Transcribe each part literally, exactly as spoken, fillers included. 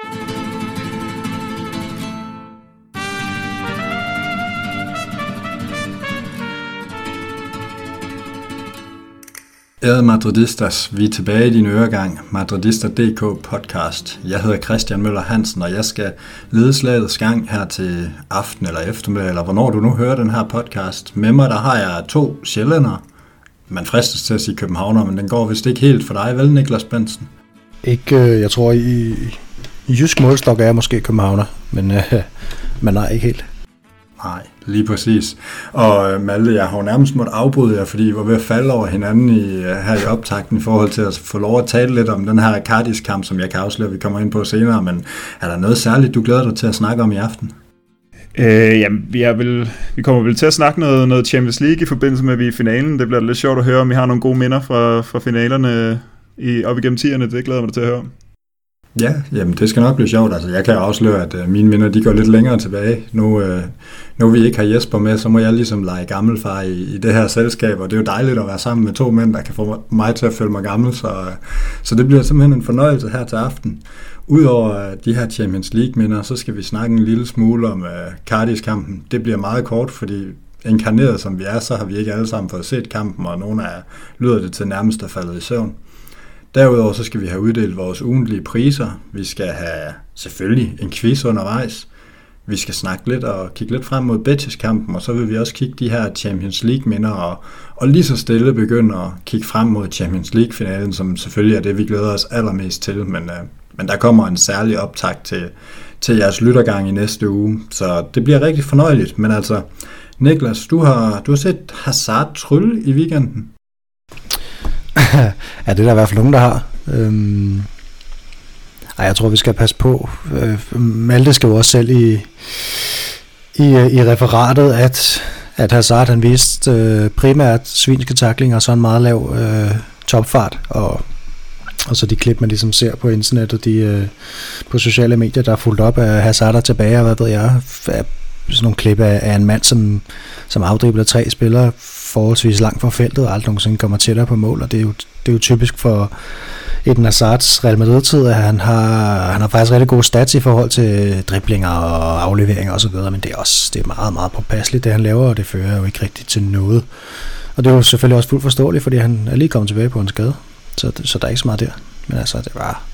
Ærede Madridistas, vi er tilbage i din øregang, Madridista punktum d k podcast. Jeg hedder Christian Møller Hansen, og jeg skal lede slagets gang her til aften eller eftermiddag, eller hvornår du nu hører den her podcast. Med mig der har jeg to sjællændere. Man fristes til at sige københavner, men den går vist ikke helt for dig, vel Niklas Bensen? Ikke, jeg tror i, i jysk målstok er jeg måske københavner, men, øh, men nej, ikke helt. Nej, lige præcis. Og Malte, jeg har jo nærmest måttet afbryde jer, fordi I var ved at falde over hinanden i, her i optakten i forhold til at få lov at tale lidt om den her Cardis-kamp, som jeg kan afsløre, vi kommer ind på senere. Men er der noget særligt, du glæder dig til at snakke om i aften? Øh, jamen, vi, er vel, vi kommer vel til at snakke noget, noget Champions League i forbindelse med, at vi er i finalen. Det bliver lidt sjovt at høre, om I har nogle gode minder fra, fra finalerne i, op igennem tierne. Det glæder jeg mig til at høre. Ja, jamen det skal nok blive sjovt. Altså, jeg kan afsløre, at øh, mine minder de går lidt længere tilbage. Nu, øh, nu vi ikke har Jesper med, så må jeg ligesom lege gammelfar i, i det her selskab, og det er jo dejligt at være sammen med to mænd, der kan få mig til at føle mig gammel, så, øh, så det bliver simpelthen en fornøjelse her til aften. Udover øh, de her Champions League-minder, så skal vi snakke en lille smule om øh, Cardis-kampen. Det bliver meget kort, fordi inkarneret som vi er, så har vi ikke alle sammen fået set kampen, og nogle af lyder det til nærmest er faldet i søvn. Derudover så skal vi have uddelt vores ugentlige priser. Vi skal have selvfølgelig en quiz undervejs. Vi skal snakke lidt og kigge lidt frem mod Betis-kampen, og så vil vi også kigge de her Champions League-minder og, og lige så stille begynde at kigge frem mod Champions League-finalen, som selvfølgelig er det, vi glæder os allermest til. Men, øh, men der kommer en særlig optakt til, til jeres lyttergang i næste uge, så det bliver rigtig fornøjeligt. Men altså, Niklas, du har, du har set Hazard trylle i weekenden. Ja, det er der i hvert fald nogen, der har. Øhm, ej, jeg tror, vi skal passe på. Øh, Malte skal jo også selv i, i, i referatet, at, at Hazard han viste øh, primært svinske tacklinger og så en meget lav øh, topfart. Og, og så de klip, man ligesom ser på internettet, de, øh, på sociale medier, der er fulgt op af Hazard der tilbage, og hvad ved jeg, af sådan nogle klip af, af en mand, som, som afdribler tre spillere forholdsvis langt fra feltet, og aldrig nogensinde kommer tættere på mål, og det er jo, det er jo typisk for Eden Hazards Real Madrid-tid, at han har, han har faktisk rigtig gode stats i forhold til driblinger og afleveringer osv., men det er også det er meget, meget påpasseligt, det han laver, og det fører jo ikke rigtigt til noget. Og det er jo selvfølgelig også fuldt forståeligt, fordi han er lige kommet tilbage på en skade, så, så der er ikke så meget der. Men altså, det var...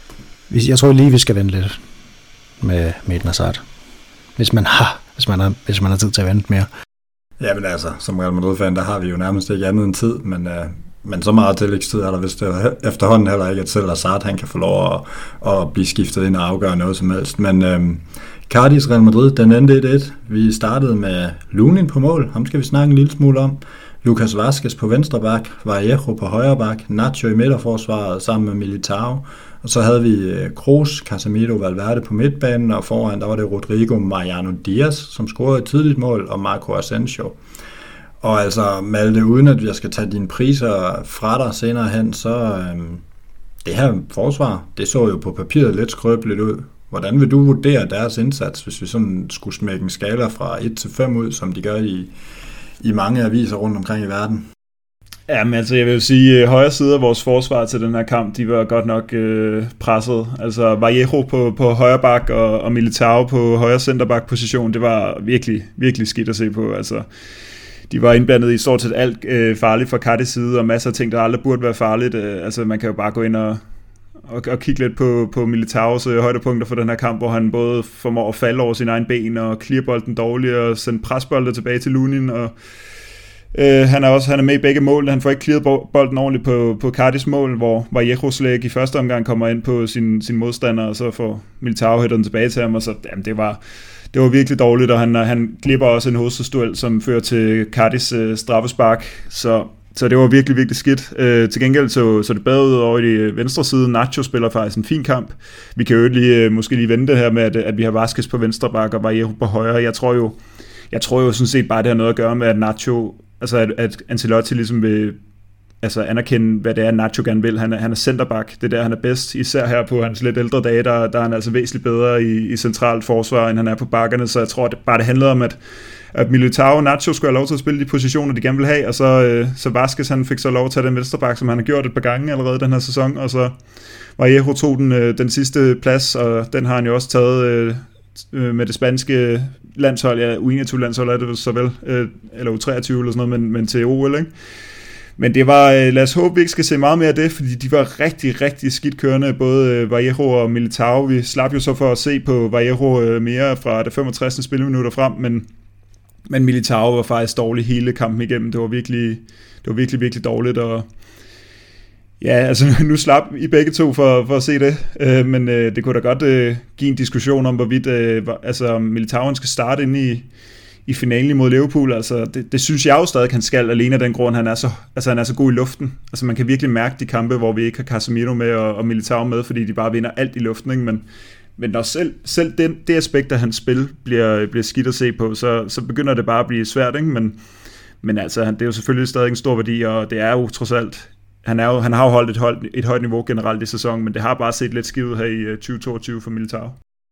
Jeg tror lige, vi skal vente lidt med, med Eden Hazard, hvis man har, hvis man har, hvis man har tid til at vente mere. Ja, men altså, som Real Madrid-fan, der har vi jo nærmest ikke andet end tid, men, øh, men så meget tillægstid er der vist efterhånden heller ikke, at selv Hazard, han kan få lov at, at blive skiftet ind og afgøre noget som helst. Men øh, Cardis Real Madrid, den endte et et. Vi startede med Lunin på mål, ham skal vi snakke en lille smule om. Lucas Vazquez på venstre bak, Vallejo på højre bak, Nacho i midterforsvaret sammen med Militao. Og så havde vi Kroos, Casemiro, Valverde på midtbanen, og foran der var det Rodrigo, Mariano Diaz, som scorede et tidligt mål, og Marco Asensio. Og altså, Malte, uden at jeg skal tage dine priser fra dig senere hen, så øhm, det her forsvar, det så jo på papiret lidt skrøbeligt ud. Hvordan vil du vurdere deres indsats, hvis vi sådan skulle smække en skala fra et til fem ud, som de gør i, i mange aviser rundt omkring i verden? Ja, men altså jeg vil jo sige, at højre side af vores forsvar til den her kamp, de var godt nok øh, presset. Altså Vallejo på, på højre bak og, og Militao på højre centerbak position, det var virkelig, virkelig skidt at se på. Altså, de var indblandet i stort set alt øh, farligt fra Cardis side, og masser af ting, der aldrig burde være farligt. Øh, altså man kan jo bare gå ind og, og, og kigge lidt på, på Militaos øh, højdepunkter for den her kamp, hvor han både formår at falde over sine egne ben og clear bolden dårligt og sende presbolder tilbage til Lunin, og Uh, han er også han er med i begge mål. Han får ikke clearet bolden ordentligt på, på Cardis mål, hvor Vallejos læg i første omgang kommer ind på sin, sin modstander, og så får Militao hætter den tilbage til ham, og så jamen, det var det var virkelig dårligt, og han, han glipper også en hovedstødsduel, som fører til Cardis uh, straffespark, så, så det var virkelig, virkelig skidt. Uh, til gengæld så, så det bedre ud over i de venstre side. Nacho spiller faktisk en fin kamp. Vi kan jo lige, uh, måske lige vente her med, at, at vi har Vazquez på venstre bak og Vallejo på højre. Jeg tror jo, jeg tror jo sådan set bare, det har noget at gøre med, at Nacho, altså at, at Ancelotti ligesom vil altså anerkende, hvad det er, Nacho gerne vil. Han er, han er centerback, det er der, han er bedst. Især her på hans lidt ældre dage, der, der er han altså væsentligt bedre i, i centralt forsvar, end han er på bakkerne. Så jeg tror at bare, det handlede om, at, at Militao og Nacho skulle have lov til at spille de positioner, de gerne vil have, og så, øh, så Vazquez, han fik så lov til at tage den venstreback, som han har gjort et par gange allerede den her sæson, og så Vallejo tog den, øh, den sidste plads, og den har han jo også taget øh, med det spanske landshold, ja, U enogtyve-landshold er det så vel, øh, eller U treogtyve eller sådan noget, men, men til O L, ikke? Men det var, øh, lad os håbe, vi ikke skal se meget mere af det, fordi de var rigtig, rigtig skidt kørende, både øh, Vallejo og Militao. Vi slap jo så for at se på Vallejo øh, mere fra det femogtres spilleminutter frem, men, men Militao var faktisk dårlig hele kampen igennem. Det var virkelig, det var virkelig, virkelig dårligt, og ja, altså nu slap I begge to for, for at se det, øh, men øh, det kunne da godt øh, give en diskussion om, hvorvidt øh, altså, Militao skal starte inde i, i finalen imod Liverpool. Altså, det, det synes jeg jo stadig, han skal, alene af den grund, han er, så, altså, han er så god i luften. Altså, man kan virkelig mærke de kampe, hvor vi ikke har Casemiro med og, og Militao med, fordi de bare vinder alt i luften, ikke? Men, men når selv, selv den, det aspekt af hans spil bliver, bliver skidt at se på, så, så begynder det bare at blive svært, ikke? Men, men altså, det er jo selvfølgelig stadig en stor værdi, og det er jo trods alt. Han, er jo, han har jo holdt et, hold, et højt niveau generelt i sæsonen, men det har bare set lidt skidt ud her i tyve toogtyve for Militao.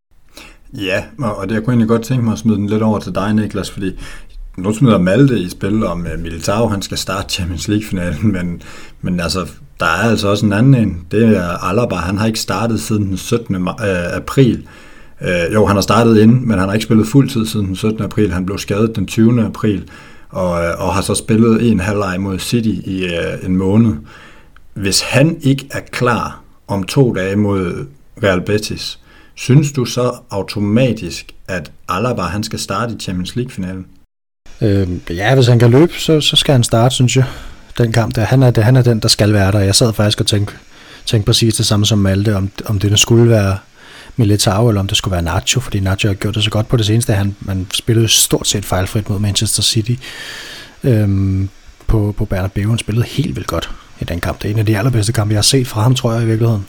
Ja, og det jeg kunne egentlig godt tænke mig at smide den lidt over til dig, Niklas, fordi nu smider Malte i spil om Militao, han skal starte Champions League-finalen, men, men altså, der er altså også en anden en. Det er Alaba, han har ikke startet siden den syttende april. Øh, jo, han har startet inden, men han har ikke spillet fuldtid siden den syttende april. Han blev skadet den tyvende april. Og, og har så spillet en halvleg mod City i øh, en måned. Hvis han ikke er klar om to dage mod Real Betis, synes du så automatisk, at Alaba han skal starte i Champions League-finalen? Øh, ja, hvis han kan løbe, så, så skal han starte, synes jeg. Den kamp der. Han er, han er den, der skal være der. Jeg sad faktisk og tænkte, tænkte præcis det samme som Malte, om, om det skulle være Militao, eller om det skulle være Nacho, fordi Nacho har gjort det så godt på det seneste. Han, man spillede stort set fejlfrit mod Manchester City øhm, på, på Bernabeu. Han spillede helt vildt godt i den kamp. Det er en af de allerbedste kampe, jeg har set fra ham, tror jeg i virkeligheden.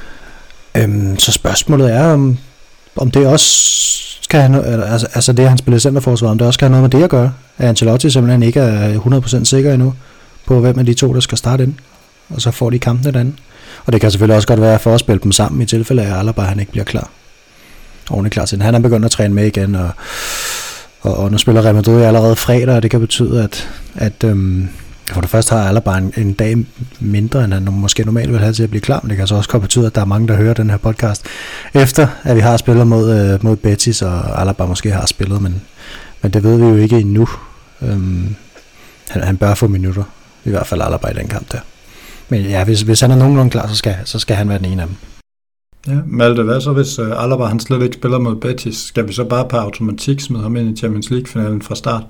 Øhm, så spørgsmålet er, om, om det også skal have noget, altså, altså det, han spillede centerforsvar, om det også skal have noget med det at gøre. At Ancelotti simpelthen ikke er hundrede procent sikker endnu på, hvem af de to, der skal starte ind. Og så får de kampen et andet. Og det kan selvfølgelig også godt være for at spille dem sammen i tilfælde af, at Alaba han ikke bliver klar. Ordentligt klar til den. Han er begyndt at træne med igen, og, og, og nu spiller Real Madrid allerede fredag, og det kan betyde, at, at øhm, for det første har Alaba en, en dag mindre, end han måske normalt vil have til at blive klar, men det kan så også godt betyde, at der er mange, der hører den her podcast, efter at vi har spillet mod, øh, mod Betis, og Alaba måske har spillet, men, men det ved vi jo ikke endnu. Øhm, han, han bør få minutter, i hvert fald Alaba i den kamp der. Men ja, hvis, hvis han er nogenlunde klar, så skal, så skal han være den ene af dem. Ja, Malte, hvad så hvis uh, Alaba han slet ikke spiller mod Betis? Skal vi så bare på automatik smide ham ind i Champions League-finalen fra start?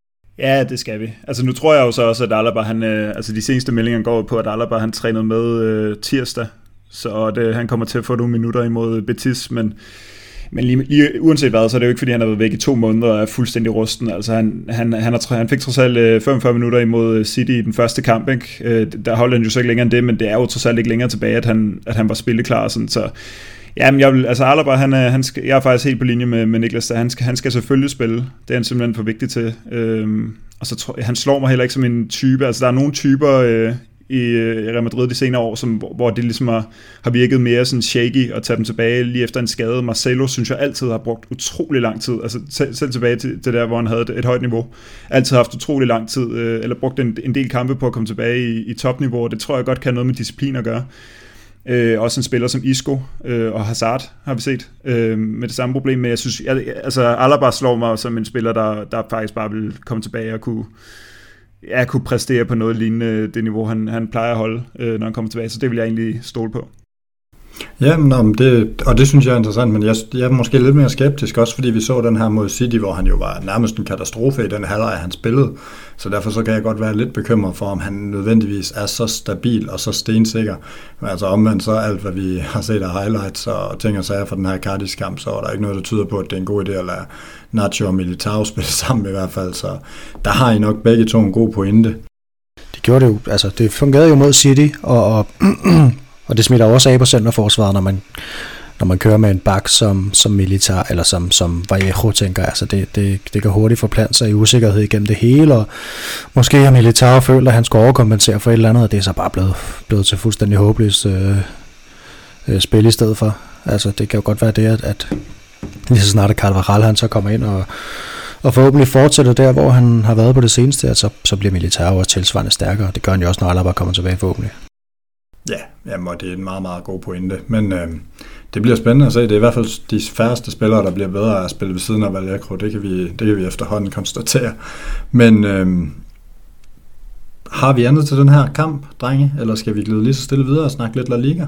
Ja, det skal vi. Altså nu tror jeg jo så også, at Alaba, han, øh, altså de seneste meldinger går på, at Alaba han trænede med øh, tirsdag, så det, han kommer til at få nogle minutter imod Betis, men Men lige, lige, uanset hvad, så er det jo ikke, fordi han har været væk i to måneder og er fuldstændig rusten. Altså han, han, han, har, han fik trods alt femogfyrre minutter imod City i den første kamp, ikke? Der holdt han jo så ikke længere end det, men det er jo trods alt ikke længere tilbage, at han, at han var spilleklar. Sådan, så ja, men jeg vil, altså Alaba, han, han skal, jeg er faktisk helt på linje med, med Niklas, han skal, han skal selvfølgelig spille. Det er han simpelthen for vigtig til. Øhm, og så tror, han slår mig heller ikke som en type. Altså der er nogle typer øh, i Real Madrid de senere år, som, hvor det ligesom har, har virket mere sådan shaky at tage dem tilbage lige efter en skade. Marcelo synes jeg altid har brugt utrolig lang tid, altså selv, selv tilbage til, til der, hvor han havde et, et højt niveau. Altid haft utrolig lang tid, øh, eller brugt en, en del kampe på at komme tilbage i, i topniveau, og det tror jeg godt kan have noget med disciplin at gøre. Øh, også en spiller som Isco øh, og Hazard har vi set øh, med det samme problem, men jeg synes, jeg, altså Alaba slår mig som en spiller, der, der faktisk bare vil komme tilbage og kunne Ja, kunne præstere på noget lignende det niveau, han, han plejer at holde, øh, når han kommer tilbage. Så det vil jeg egentlig stole på. Ja, men det, og det synes jeg er interessant, men jeg, jeg er måske lidt mere skeptisk, også fordi vi så den her mod City, hvor han jo var nærmest en katastrofe i den halvleg, han spillede. Så derfor så kan jeg godt være lidt bekymret for, om han nødvendigvis er så stabil og så stensikker. Men altså omvendt så alt, hvad vi har set af highlights og ting og sager fra den her Cardis-kamp, så er der ikke noget, der tyder på, at det er en god idé at lade Nacho og Militao spille sammen i hvert fald. Så der har I nok begge to en god pointe. Det gjorde det jo, altså det fungerede jo mod City, og, og Og det smitter også af på centerforsvaret, når man, når man kører med en bak som, som Militar, eller som, som Vallejo, tænker jeg. Altså det, det, det kan hurtigt forplante sig i usikkerhed igennem det hele, og måske har Militar følt, at han skulle overkompensere for et eller andet, og det er så bare blevet, blevet til fuldstændig håbløst øh, øh, spil i stedet for. Altså det kan jo godt være det, at, at lige så snart at Carvajal han så kommer ind og, og forhåbentlig fortsætter der, hvor han har været på det seneste, at så, så bliver Militar også tilsvarende stærkere. Det gør han jo også, når Alaba kommer tilbage forhåbentlig. Ja, jamen, og det er en meget, meget god pointe. Men øh, det bliver spændende at se. Det er i hvert fald de færreste spillere, der bliver bedre af at spille ved siden af Vallejo. Det kan vi, det kan vi efterhånden konstatere. Men øh, har vi andet til den her kamp, drenge? Eller skal vi glide lige så stille videre og snakke lidt La Liga?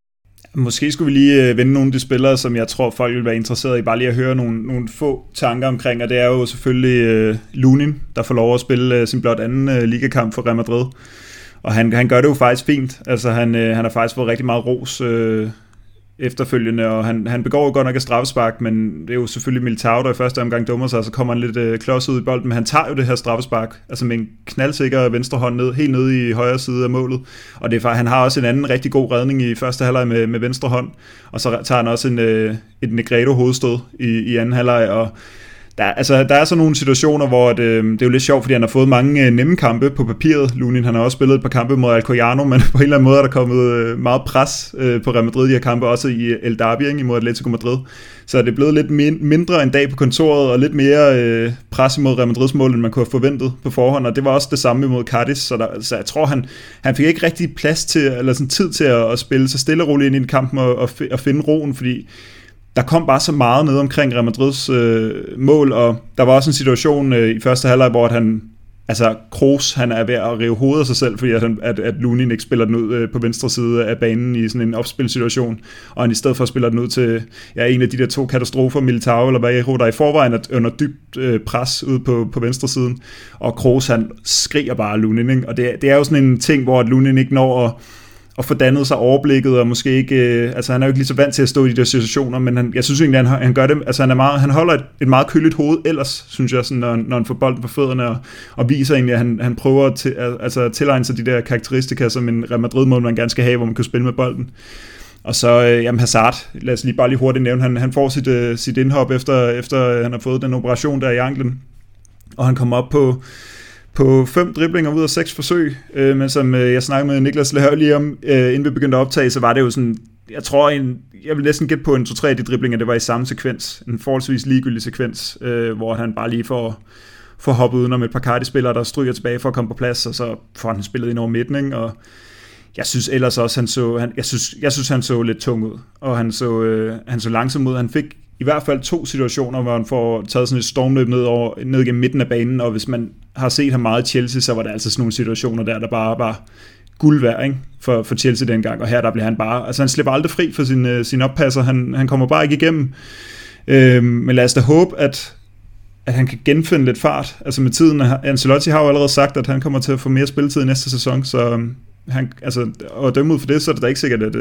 Måske skulle vi lige øh, vende nogle af de spillere, som jeg tror, folk vil være interesseret i, bare lige at høre nogle, nogle få tanker omkring, og det er jo selvfølgelig øh, Lunin, der får lov at spille øh, sin blot anden øh, ligakamp for Real Madrid. Og han, han gør det jo faktisk fint. Altså han, øh, han har faktisk fået rigtig meget ros øh, efterfølgende, og han, han begår jo godt nok et straffespark, men det er jo selvfølgelig Militao, der i første omgang dummer sig, og så kommer han lidt øh, klods ud i bolden, men han tager jo det her straffespark, altså med en knaldsikker venstre hånd ned, helt nede i højre side af målet, og det er faktisk, han har også en anden rigtig god redning i første halvleg med, med venstre hånd, og så tager han også en, øh, et Negredo hovedstød i, i anden halvleg, og Der, altså, der er så nogle situationer, hvor det, det er jo lidt sjovt, fordi han har fået mange nemme kampe på papiret. Lunin, han har også spillet et par kampe mod Alcoyano, men på en eller anden måde er der kommet meget pres på Real Madrid, de her kampe, også i El Derby imod Atletico Madrid. Så det er blevet lidt mindre en dag på kontoret, og lidt mere pres imod Real Madrids mål, end man kunne have forventet på forhånd, og det var også det samme imod Cadiz, så, der, så jeg tror, han, han fik ikke rigtig plads til, eller sådan tid til at, at spille så stille og roligt ind i kampen og, og, og finde roen, fordi der kom bare så meget ned omkring Real Madrids øh, mål, og der var også en situation øh, i første halvleg, hvor at han, altså Kroos, han er ved at rive hovedet af sig selv, fordi at, han, at, at Lunin ikke spiller den ud øh, på venstre side af banen i sådan en opspilsituation, og han i stedet for spiller den ud til ja, en af de der to katastrofer, Militao eller Vallejo, der i forvejen er under dybt øh, pres ude på, på venstre siden, og Kroos, han skriger bare Lunin, ikke? Og det, det er jo sådan en ting, hvor at Lunin ikke når at og få dannet sig overblikket, og måske ikke, øh, altså han er jo ikke lige så vant til at stå i de der situationer, men han, jeg synes egentlig, han, han gør det, altså han, er meget, han holder et, et meget køligt hoved ellers, synes jeg, sådan, når, når han får bolden på fødderne, og, og viser egentlig, at han, han prøver at til, altså, tilegne sig de der karakteristika, som en Real Madrid-mål, man gerne skal have, hvor man kan spille med bolden. Og så, øh, jamen Hazard, lad os lige bare lige hurtigt nævne, han, han får sit, øh, sit indhop, efter, efter han har fået den operation der i anklen, og han kommer op på på fem driblinger ud af seks forsøg, øh, men som øh, jeg snakkede med Niklas Lehør lige om, øh, inden vi begyndte at optage, så var det jo sådan, jeg tror, en, jeg vil næsten gætte på en to-tre af de driblinger, det var i samme sekvens, en forholdsvis ligegyldig sekvens, øh, hvor han bare lige får, får hoppet udenom et par Cardi-spillere, der stryger tilbage for at komme på plads, og så får han spillet ind over midten, ikke? Og jeg synes ellers også, han så, han, jeg, synes, jeg synes, han så lidt tung ud, og han så, øh, han så langsom ud, han fik i hvert fald to situationer, hvor han får taget sådan et stormløb ned, over, ned gennem midten af banen, og hvis man har set ham meget i Chelsea, så var der altså sådan nogle situationer der, der bare var guld værd, ikke? For, for Chelsea dengang, og her der bliver han bare, altså han slipper aldrig fri for sin, sin oppasser, han, han kommer bare ikke igennem, øhm, men lad os da håbe, at, at han kan genfinde lidt fart, altså med tiden, Ancelotti har jo allerede sagt, at han kommer til at få mere spilletid i næste sæson, så han, altså, og dømme ud for det, så er det da ikke sikkert, at,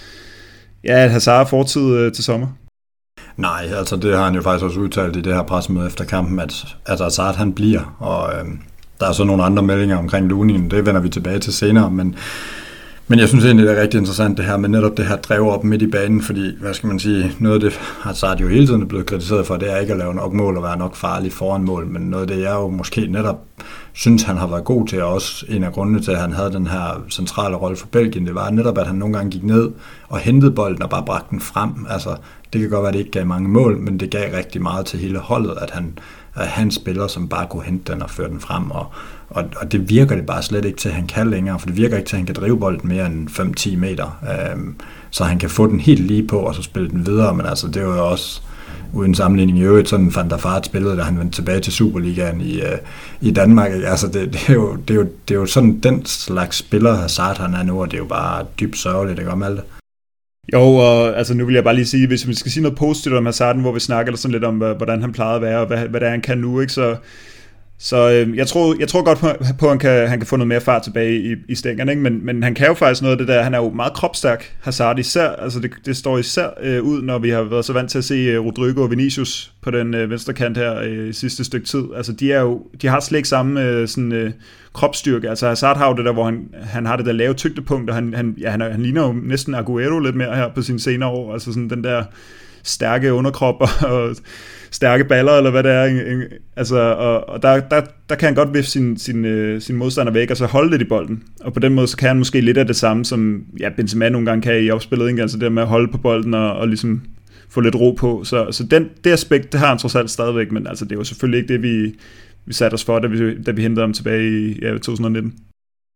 ja, at Hazard er fortid til sommer. Nej, altså det har han jo faktisk også udtalt i det her pressemøde efter kampen, at, at Hazard han bliver, og øh, der er så nogle andre meldinger omkring Lunin, det vender vi tilbage til senere, men, men jeg synes egentlig, det er rigtig interessant det her med netop det her drev op midt i banen, fordi, hvad skal man sige, noget af det Hazard jo hele tiden er blevet kritiseret for, det er ikke at lave nok mål og være nok farlig foran mål, men noget af det, jeg jo måske netop synes, han har været god til, og også en af grundene til, at han havde den her centrale rolle for Belgien, det var netop, at han nogle gange gik ned og hentede bolden og bare bragte den frem. Altså, det kan godt være, at det ikke gav mange mål, men det gav rigtig meget til hele holdet, at han, at han spiller, som bare kunne hente den og føre den frem, og, og, og det virker det bare slet ikke til, at han kan længere, for det virker ikke til, at han kan drive bolden mere end fem til ti meter, øhm, så han kan få den helt lige på, og så spille den videre, men altså, det er jo også uden sammenligning i øvrigt, sådan Van der Vaart spillede, da han vendte tilbage til Superligaen i, øh, i Danmark. Altså, det, det, er jo, det, er jo, det er jo sådan den slags spiller, Hazard han er nu, og det er jo bare dybt sørgeligt, ikke om alt det? Jo, og altså nu vil jeg bare lige sige, hvis vi skal sige noget positivt om Hazard, hvor vi snakker sådan lidt om, hvordan han plejede at være, og hvad, hvad det er, han kan nu, ikke? Så, så øh, jeg, tror, jeg tror godt på, på at han kan, han kan få noget mere fart tilbage i, i stængerne, ikke? Men, men han kan jo faktisk noget af det der, han er jo meget kropstærk, Hazard især, altså det, det står især øh, ud, når vi har været så vant til at se øh, Rodrigo og Vinicius på den øh, venstre kant her øh, sidste stykke tid, altså de er jo, de har slet ikke samme øh, sådan, øh, kropsstyrke, altså Hazard har jo det der, hvor han, han har det der lave tyngdepunkt, og han, han, ja, han, han ligner jo næsten Aguero lidt mere her på sine senere år, altså sådan den der stærke underkrop og, og stærke baller, eller hvad det er, altså, og, og der, der, der kan han godt vifte sin, sin, øh, sin modstander væk, og så holde lidt i bolden, og på den måde, så kan han måske lidt af det samme, som ja, Benzema nogle gange kan i opspillet, ikke? Altså det med at holde på bolden, og, og ligesom få lidt ro på, så, så den, det aspekt, det har han trods alt stadigvæk, men altså det er jo selvfølgelig ikke det, vi, vi satte os for, da vi, da vi hentede ham tilbage i ja, to tusind nitten.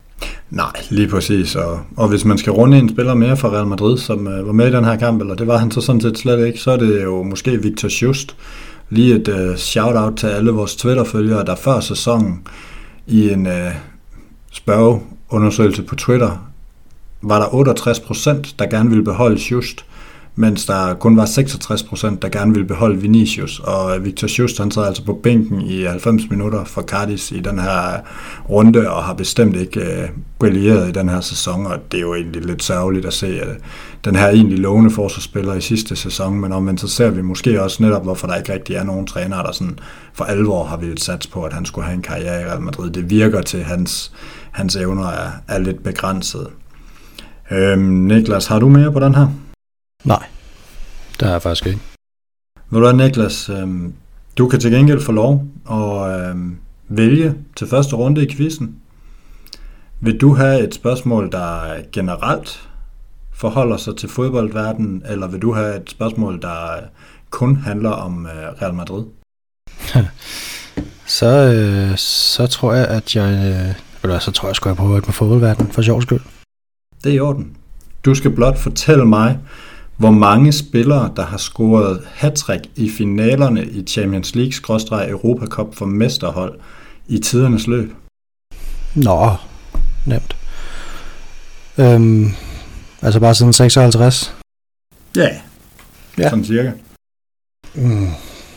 Nej, lige præcis. Og, og hvis man skal runde en spiller mere fra Real Madrid, som øh, var med i den her kamp, eller det var han så sådan set slet ikke, så er det jo måske Victor Just. Lige et øh, shout-out til alle vores Twitter-følgere, der før sæsonen i en øh, spørgeundersøgelse på Twitter, var der otteogtres procent, der gerne ville beholde Just, mens der kun var seksogtres procent, der gerne ville beholde Vinicius. Og Victor Just, han sad altså på bænken i halvfems minutter for Cardis i den her runde, og har bestemt ikke øh, brilleret i den her sæson, og det er jo egentlig lidt sørgeligt at se at den her egentlig lovende forsvarsspiller i sidste sæson, men omvendt så ser vi måske også netop, hvorfor der ikke rigtig er nogen trænere, der sådan for alvor har vildt sats på, at han skulle have en karriere i Real Madrid. Det virker til, hans, hans evner er, er lidt begrænset. Øhm, Niklas, har du mere på den her? Nej, det har jeg faktisk ikke. Ved du hvad, Niklas, øhm, du kan til gengæld få lov at øhm, vælge til første runde i quizzen. Vil du have et spørgsmål, der generelt forholder sig til fodboldverdenen, eller vil du have et spørgsmål, der kun handler om øh, Real Madrid? så, øh, så tror jeg, at jeg... Øh, eller så tror jeg, at jeg skal prøve med fodboldverdenen for sjov skyld. Det er i orden. Du skal blot fortælle mig, hvor mange spillere, der har scoret hattrick i finalerne i Champions League-Europa Cup for mesterhold i tidernes løb. Nå, nemt. Øhm, altså bare siden seksoghalvtreds? Ja, ja. Sådan cirka. Mm.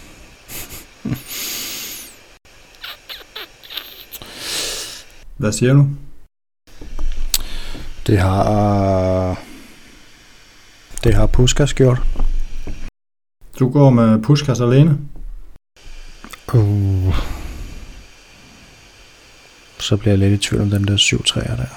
Hvad siger du? Det har... Det har Puskas gjort. Du går med Puskas alene? Uh. Så bliver jeg lidt i tvivl om den der syv treer der.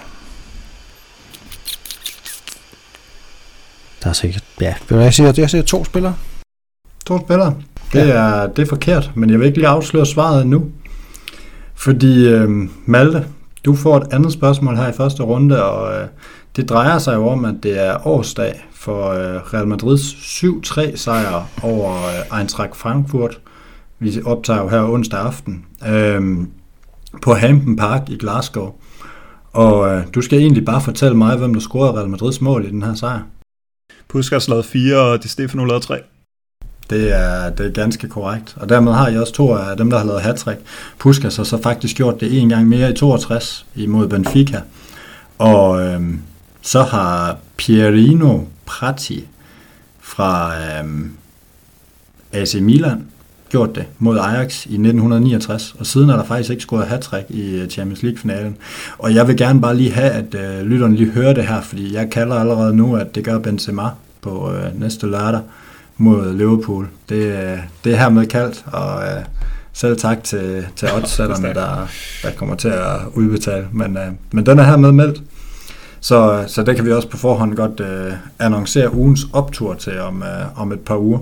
Der er sikkert... Ja, jeg siger, jeg siger to spillere. To spillere? Det, ja. er, det er forkert, men jeg vil ikke lige afsløre svaret endnu. Fordi øh, Malte, du får et andet spørgsmål her i første runde, og øh, det drejer sig jo om, at det er årsdag for øh, Real Madrids syv tre sejr over øh, Eintracht Frankfurt. Vi optager jo her onsdag aften øh, på Hampden Park i Glasgow. Og øh, du skal egentlig bare fortælle mig, hvem der scorede Real Madrids mål i den her sejr. Puskas lavede fire, og Di Stefano lavede tre. Det er, det er ganske korrekt. Og dermed har jeg også to af dem, der har lavet hattrick. Puskas har så faktisk gjort det en gang mere i toogtres imod Benfica. Og øhm, så har Pierino Prati fra øhm, A C Milan gjort det mod Ajax i nitten niogtres. Og siden er der faktisk ikke scoret hattrick i Champions League-finalen. Og jeg vil gerne bare lige have, at øh, lytterne lige hører det her, fordi jeg kalder allerede nu, at det gør Benzema på øh, næste lørdag mod Liverpool. Det, det er hermed kaldt, og uh, selv tak til, til oddsætterne, der, der kommer til at udbetale. Men, uh, men den er hermed meldt, så, så det kan vi også på forhånd godt uh, annoncere ugens optur til om, uh, om et par uger.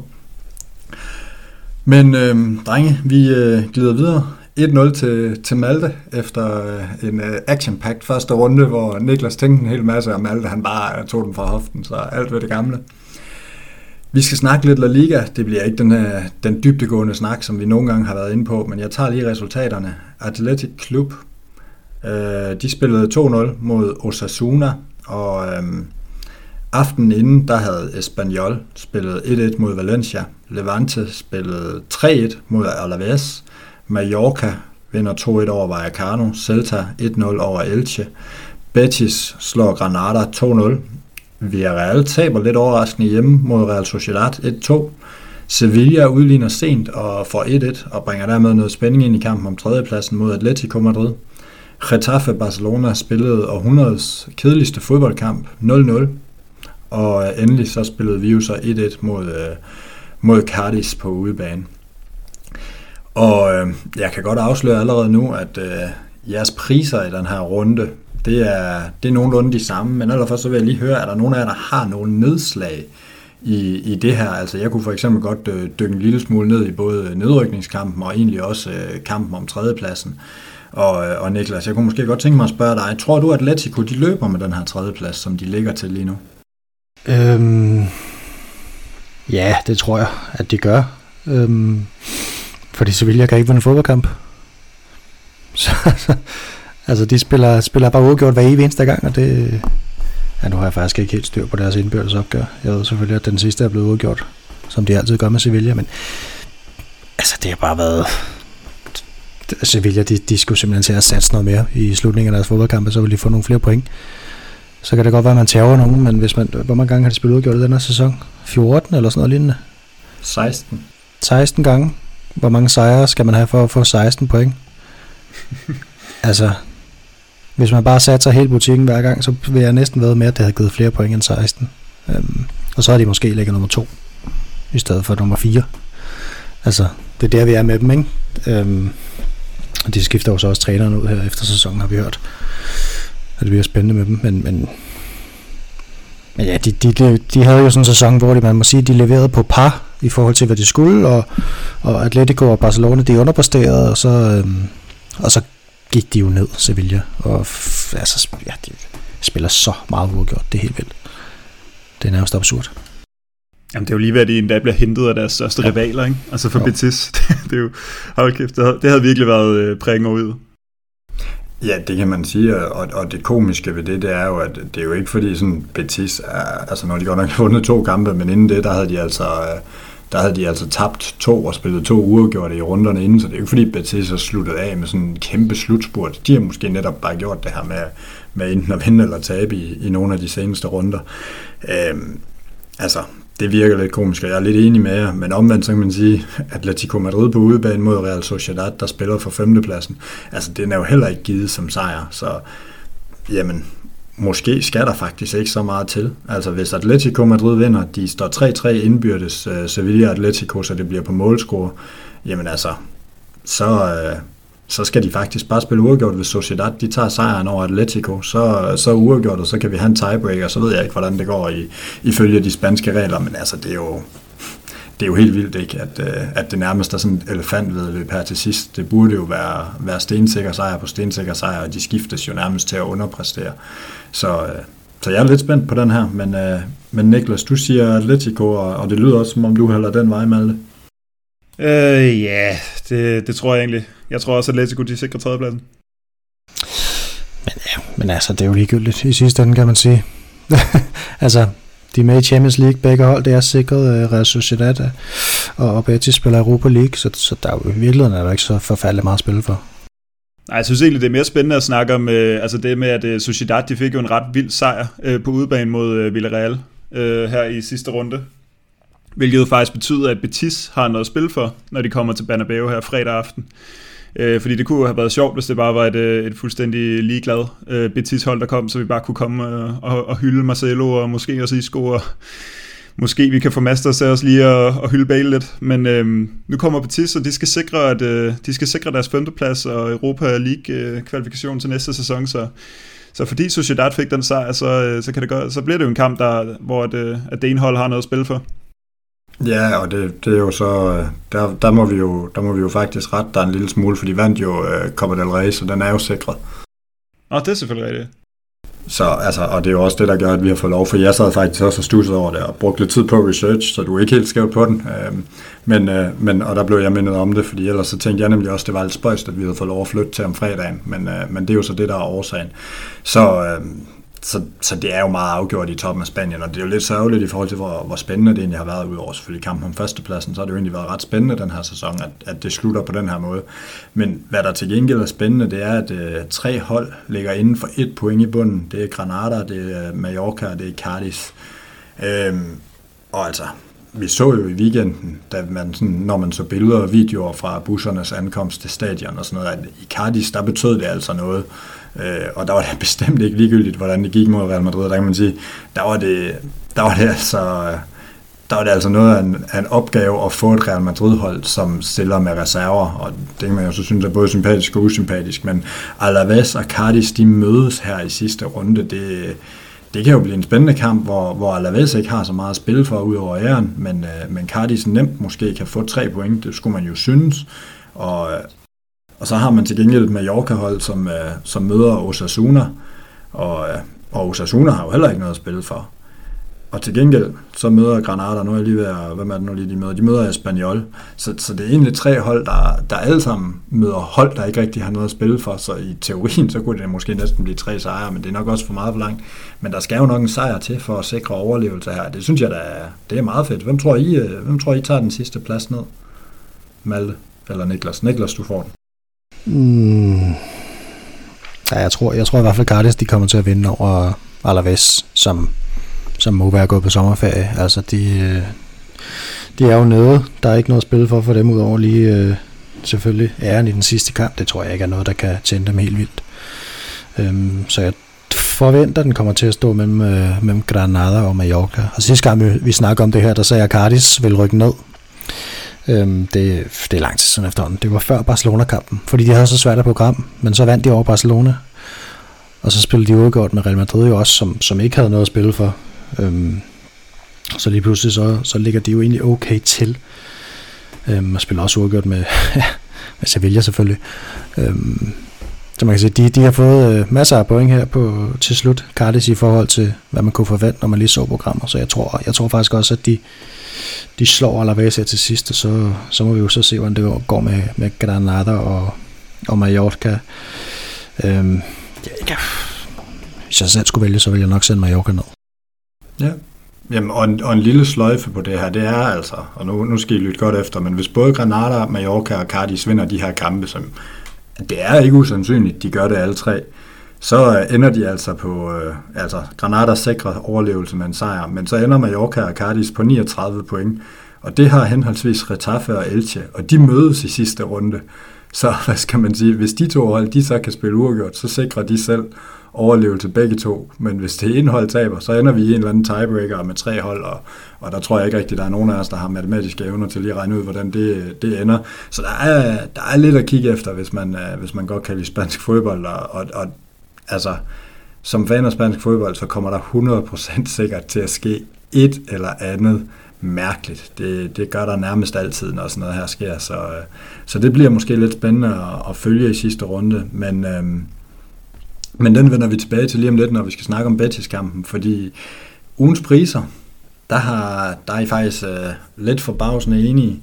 Men uh, drenge, vi uh, glider videre. et nul til, til Malte efter uh, en uh, action-packed første runde, hvor Niklas tænkte en hel masse, og Malte han bare uh, tog den fra hoften, så alt ved det gamle. Vi skal snakke lidt La Liga. Det bliver ikke den, her, den dybdegående snak, som vi nogle gange har været inde på, men jeg tager lige resultaterne. Athletic Club, øh, de spillede to nul mod Osasuna, og øh, aftenen inden, der havde Espanyol spillet et et mod Valencia. Levante spillede tre et mod Alaves. Mallorca vinder to et over Vallecano. Celta et nul over Elche. Betis slår Granada to nul. Villarreal taber lidt overraskende hjemme mod Real Sociedad et to. Sevilla udligner sent og får et et og bringer dermed noget spænding ind i kampen om tredjepladsen mod Atletico Madrid. Getafe Barcelona spillede århundredets kedeligste fodboldkamp nul nul, og endelig så spillede vi jo så et et mod, øh, mod Cardis på udebane. Og øh, jeg kan godt afsløre allerede nu, at øh, jeres priser i den her runde, Det er, det er nogenlunde de samme, men allerførst så vil jeg lige høre, er der nogen af jer, der har nogle nedslag i, i det her? Altså jeg kunne for eksempel godt øh, dykke en lille smule ned i både nedrykningskampen og egentlig også øh, kampen om tredjepladsen. Og, øh, og Niklas, jeg kunne måske godt tænke mig at spørge dig, tror du, at Atletico de løber med den her tredjeplads, som de ligger til lige nu? Øhm, ja, det tror jeg, at de gør. Øhm, fordi Sevilla kan ikke vinde en fodboldkamp. Så, så Altså, de spiller, spiller bare uafgjort hver evig eneste gang, og det... Ja, nu har jeg faktisk ikke helt styr på deres indbyrdes opgør. Jeg ved selvfølgelig, at den sidste er blevet uafgjort, som de altid gør med Sevilla, men... Altså, det har bare været... Sevilla, de, de skulle simpelthen til at satse noget mere i slutningen af deres fodboldkampe, så ville de få nogle flere point. Så kan det godt være, at man tager nogen, men hvis man... Hvor mange gange har de spillet uafgjort i den her sæson? fjorten eller sådan noget lignende? seksten. seksten gange. Hvor mange sejre skal man have for at få seksten point? Altså... Hvis man bare satte sig hele butikken hver gang, så vil jeg næsten ved med, at det havde givet flere point end seksten. Øhm, og så har de måske ligget nummer to, i stedet for nummer fire. Altså, det er der, vi er med dem, ikke? Øhm, og de skifter jo så også træneren ud her efter sæsonen, har vi hørt. Og det bliver spændende med dem, men... men, men ja, de, de, de, de havde jo sådan en sæson, hvor de, man må sige, de leverede på par i forhold til, hvad de skulle, og, og Atletico og Barcelona, de underpræsterede, og så... Øhm, og så gik de jo ned, Sevilla, og f- altså, ja, de spiller så meget uafgjort, det er helt vildt. Det er nærmest absurd. Jamen, det er jo lige ved, at de endda bliver hentet af deres største ja. rivaler, ikke? Altså for ja. Betis. det er jo, hold kæft, det havde, det havde virkelig været øh, prikken ud. Ja, det kan man sige, og, og det komiske ved det, det er jo, at det er jo ikke fordi sådan Betis er, altså når de godt nok har vundet to kampe, men inden det, der havde de altså... Øh, Der havde de altså tabt to og spillet to uafgjorte i runderne inden, så det er jo ikke fordi Betis har sluttet af med sådan en kæmpe slutspurt. De har måske netop bare gjort det her med, med enten at vinde eller tabe i, i nogle af de seneste runder. Øhm, altså, det virker lidt komisk, og jeg er lidt enig med jer, men omvendt så kan man sige, at Atletico Madrid på udebane mod Real Sociedad, der spiller for femtepladsen, altså den er jo heller ikke givet som sejr, så jamen... Måske skal der faktisk ikke så meget til. Altså hvis Atletico Madrid vinder, de står tre tre indbyrdes uh, Sevilla Atletico, så det bliver på målscore, jamen altså, så, uh, så skal de faktisk bare spille uafgjort. Hvis Sociedad, de tager sejren over Atletico, så, så uafgjort, og så kan vi have en tiebreaker, så ved jeg ikke, hvordan det går i, ifølge de spanske regler, men altså det er jo... Det er jo helt vildt, ikke, at, at det nærmest er sådan et elefantvedløb her til sidst. Det burde jo være, være stensikker sejr på stensikker sejr, og de skiftes jo nærmest til at underpræstere. Så, så jeg er lidt spændt på den her, men, men Niklas, du siger Atletico, og, og det lyder også, som om du hælder den vej, Malte. Øh, ja, det, det tror jeg egentlig. Jeg tror også, at Atletico, de sikrer tredjepladsen. Men ja, men altså, det er jo ligegyldigt i sidste ende, kan man sige. altså... De er med i Champions League, begge hold, det er sikret uh, Real Sociedad, og, og Betis spiller Europa League, så, så der er jo i virkeligheden er der ikke så forfærdeligt meget at spille for. Nej, jeg synes egentlig, det er mere spændende at snakke om, øh, altså det med, at uh, Sociedad, de fik jo en ret vild sejr øh, på udebane mod øh, Villarreal øh, her i sidste runde, hvilket jo faktisk betyder, at Betis har noget at spille for, når de kommer til Bernabeu her fredag aften. Øh, fordi det kunne jo have været sjovt, hvis det bare var et, et fuldstændig ligeglad øh, Betis-hold, der kom, så vi bare kunne komme øh, og, og hylde Marcelo, og måske også Isco, og måske vi kan få Masters til os lige at, at hylde Bale lidt. Men øh, nu kommer Betis, og de skal sikre, at, øh, de skal sikre deres femteplads og Europa League-kvalifikation øh, til næste sæson, så, så fordi Sociedad fik den sejr, så, øh, så, kan det gå, så bliver det jo en kamp, der, hvor at, øh, at det ene hold har noget at spille for. Ja, og det, det er jo så, der, der, må vi jo, der må vi jo faktisk rette der en lille smule, for de vandt jo uh, Copa del Rey, så den er jo sikret. Nå, det er selvfølgelig rigtigt. Så altså, og det er jo også det, der gør, at vi har fået lov, for jeg sad faktisk også og stusset over det, og brugt lidt tid på research, så du er ikke helt skævt på den, uh, men, uh, men, og der blev jeg mindet om det, fordi ellers så tænkte jeg nemlig også, det var lidt spøjst, at vi havde fået lov at flytte til om fredagen, men, uh, men det er jo så det, der er årsagen. Så... Uh, Så, så det er jo meget afgjort i toppen af Spanien, og det er jo lidt sørgeligt i forhold til, hvor, hvor spændende det egentlig har været ud over selvfølgelig kampen om førstepladsen, så har det jo egentlig været ret spændende den her sæson, at, at det slutter på den her måde. Men hvad der til gengæld er spændende, det er, at øh, tre hold ligger inden for et point i bunden. Det er Granada, det er Mallorca, det er Cadiz. Øhm, og altså, vi så jo i weekenden, da man sådan, når man så billeder og videoer fra bussernes ankomst til stadion og sådan noget, at i Cadiz, der betød det altså noget. Øh, og der var det bestemt ikke ligegyldigt, hvordan det gik mod Real Madrid. Der kan man sige, der var det, der var det altså, der var det altså noget af en, af en opgave at få et Real Madrid-hold, som stiller med reserver, og det kan man jo så synes er både sympatisk og usympatisk, men Alaves og Cadiz, de mødes her i sidste runde. Det, det kan jo blive en spændende kamp, hvor, hvor Alaves ikke har så meget at spille for ud over æren, men, men Cadiz nemt måske kan få tre point, det skulle man jo synes, og Og så har man til gengæld et Mallorca-hold, som, øh, som møder Osasuna, og, øh, og Osasuna har jo heller ikke noget at spille for. Og til gengæld, så møder Granada, nu er jeg lige ved at, hvem er det nu lige, de møder? De møder Espanyol. Så, så det er egentlig tre hold, der, der alle sammen møder hold, der ikke rigtig har noget at spille for. Så i teorien, så kunne det måske næsten blive tre sejre, men det er nok også for meget for langt. Men der skal jo nok en sejr til for at sikre overlevelse her. Det synes jeg, da er, det er meget fedt. Hvem tror I, hvem tror I tager den sidste plads ned? Malte eller Niklas? Niklas, du får den. Mm. Ja, jeg tror, jeg tror i hvert fald, Cardis, de kommer til at vinde over Alaves, som som må være gået på sommerferie. Altså, de, de er jo nede. Der er ikke noget at spille for for dem, udover lige øh, selvfølgelig æren i den sidste kamp. Det tror jeg ikke er noget, der kan tjene dem helt vildt. Øhm, så jeg forventer, den kommer til at stå mellem, øh, mellem Granada og Mallorca. Og sidste gang vi, vi snakkede om det her, der sagde jeg, at Cardis vil rykke ned. Øhm, det, det er lang tid siden efterhånden. Det var før Barcelona-kampen, fordi de havde så svært et program, men så vandt de over Barcelona. Og så spillede de uafgjort med Real Madrid jo også, som, som ikke havde noget at spille for. Øhm, så lige pludselig så, så ligger de jo egentlig okay til. Øhm, og spiller også uafgjort med, med Sevilla selvfølgelig. Øhm, så man kan sige, de, de har fået øh, masser af point her på, til slut, Cardis, i forhold til, hvad man kunne forvente, når man lige så programmer. Så jeg tror, jeg tror faktisk også, at de, de slår Alaves her til sidst, og så, så må vi jo så se, hvordan det går med, med Granada og, og Mallorca. Øhm, ja, hvis jeg selv skulle vælge, så ville jeg nok sende Mallorca ned. Ja, jamen, og, en, og en lille sløjfe på det her, det er altså, og nu, nu skal I lytte godt efter, men hvis både Granada, Mallorca og Cardis vinder de her kampe, som det er ikke usandsynligt, de gør det alle tre, så ender de altså på, øh, altså Granada sikrer overlevelse med en sejr, men så ender Mallorca og Cardis på niogtredive point, og det har henholdsvis Getafe og Elche, og de mødes i sidste runde. Så hvad skal man sige, hvis de to hold, de så kan spille uafgjort, så sikrer de selv overlevelse begge to. Men hvis det ene hold taber, så ender vi i en eller anden tiebreaker med tre hold, og, og der tror jeg ikke rigtigt, der er nogen af os, der har matematiske evner til lige at regne ud, hvordan det, det ender. Så der er, der er lidt at kigge efter, hvis man, hvis man godt kan lide spansk fodbold, og, og, og altså, som fan af spansk fodbold, så kommer der hundrede procent sikkert til at ske et eller andet mærkeligt. Det, det gør der nærmest altid, når sådan noget her sker, så, så det bliver måske lidt spændende at, at følge i sidste runde, men, øhm, men den vender vi tilbage til lige om lidt, når vi skal snakke om Betis-kampen, fordi ugens priser, der, har, der er I faktisk øh, lidt forbavsende enige,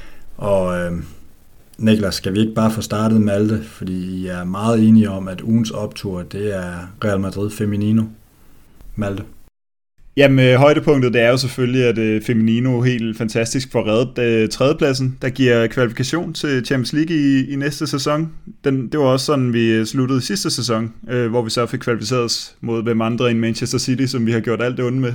og øh, Niklas, skal vi ikke bare få startet med Malte, fordi I er meget enige om, at ugens optur, det er Real Madrid Femenino. Malte? Jamen, højdepunktet, det er jo selvfølgelig, at uh, Femenino helt fantastisk får reddet uh, tredjepladsen, der giver kvalifikation til Champions League i, i næste sæson. Den, det var også sådan, vi sluttede sidste sæson, uh, hvor vi så fik kvalificeret os mod hvem andre end Manchester City, som vi har gjort alt det onde med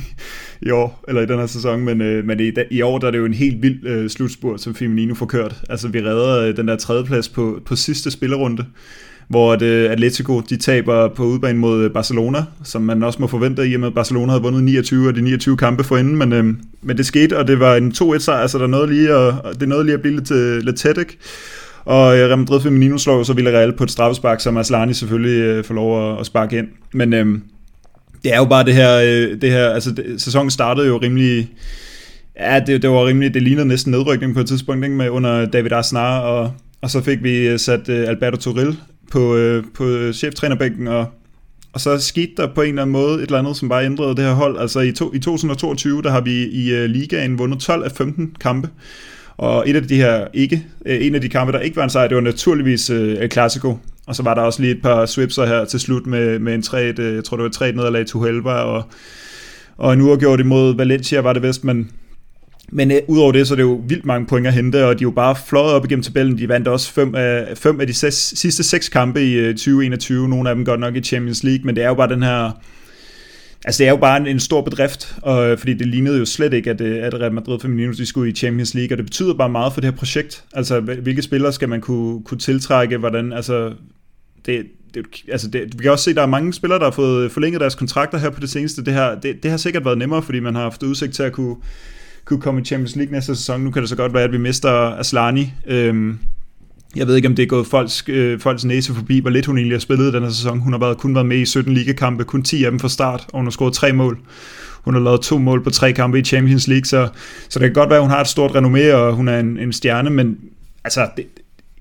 i år, eller i den her sæson. Men, uh, men i, i år der er det jo en helt vild uh, slutspurt, som Femenino får kørt. Altså, vi redder uh, den der tredjeplads på, på sidste spillerunde, hvor at, uh, Atletico, de taber på udebane mod Barcelona, som man også må forvente, i og med at Barcelona havde vundet niogtyve af de niogtyve kampe forinden, men, uh, men det skete, og det var en to et sejr, så der nåede lige at, det nåede lige at blive lidt, uh, lidt tæt, ikke? Og uh, Real Madrid Femenino slår så Villarreal på et straffespark, som Aslani selvfølgelig uh, får lov at, at sparke ind. Men uh, det er jo bare det her, uh, det her altså det, sæsonen startede jo rimelig, ja, det, det var rimelig, det lignede næsten nedrykning på et tidspunkt, ikke? Med under David Aznar, og, og så fik vi sat uh, Alberto Toril på, øh, på cheftrænerbænken, og, og så skete der på en eller anden måde et eller andet, som bare ændrede det her hold. Altså i, to, i to tusind og toogtyve, der har vi i uh, ligaen vundet tolv af femten kampe, og et af de her ikke, øh, en af de kampe, der ikke var en sejr, det var naturligvis øh, El Clasico, og så var der også lige et par swipser her til slut med, med en tre et, øh, jeg tror det var tre et nederlag til Huelva, og, og en uafgjort imod Valencia var det vist, men Men øh, udover det, så er det jo vildt mange point at hente, og de er jo bare fløjet op igennem tabellen. De vandt også fem af, fem af de ses, sidste seks kampe i øh, tyve enogtyve, nogle af dem godt nok i Champions League, men det er jo bare den her, altså det er jo bare en, en stor bedrift, og, fordi det lignede jo slet ikke, at, at Real Madrid Femenino de skulle i Champions League, og det betyder bare meget for det her projekt. Altså hvilke spillere skal man kunne, kunne tiltrække, hvordan, altså det, det, altså det, vi kan også se, at der er mange spillere, der har fået forlænget deres kontrakter her på det seneste. Det, her, det, det har sikkert været nemmere, fordi man har haft udsigt til at kunne kunne komme i Champions League næste sæson. Nu kan det så godt være, at vi mister Aslani. Øhm, jeg ved ikke, om det er gået folks, øh, folks næse forbi, hvor lidt hun egentlig har spillet i den her sæson. Hun har været, kun været med i sytten ligakampe, kun ti af dem fra start, og hun har scoret tre mål. Hun har lavet to mål på tre kampe i Champions League, så, så det kan godt være, at hun har et stort renommé, og hun er en, en stjerne, men altså, det,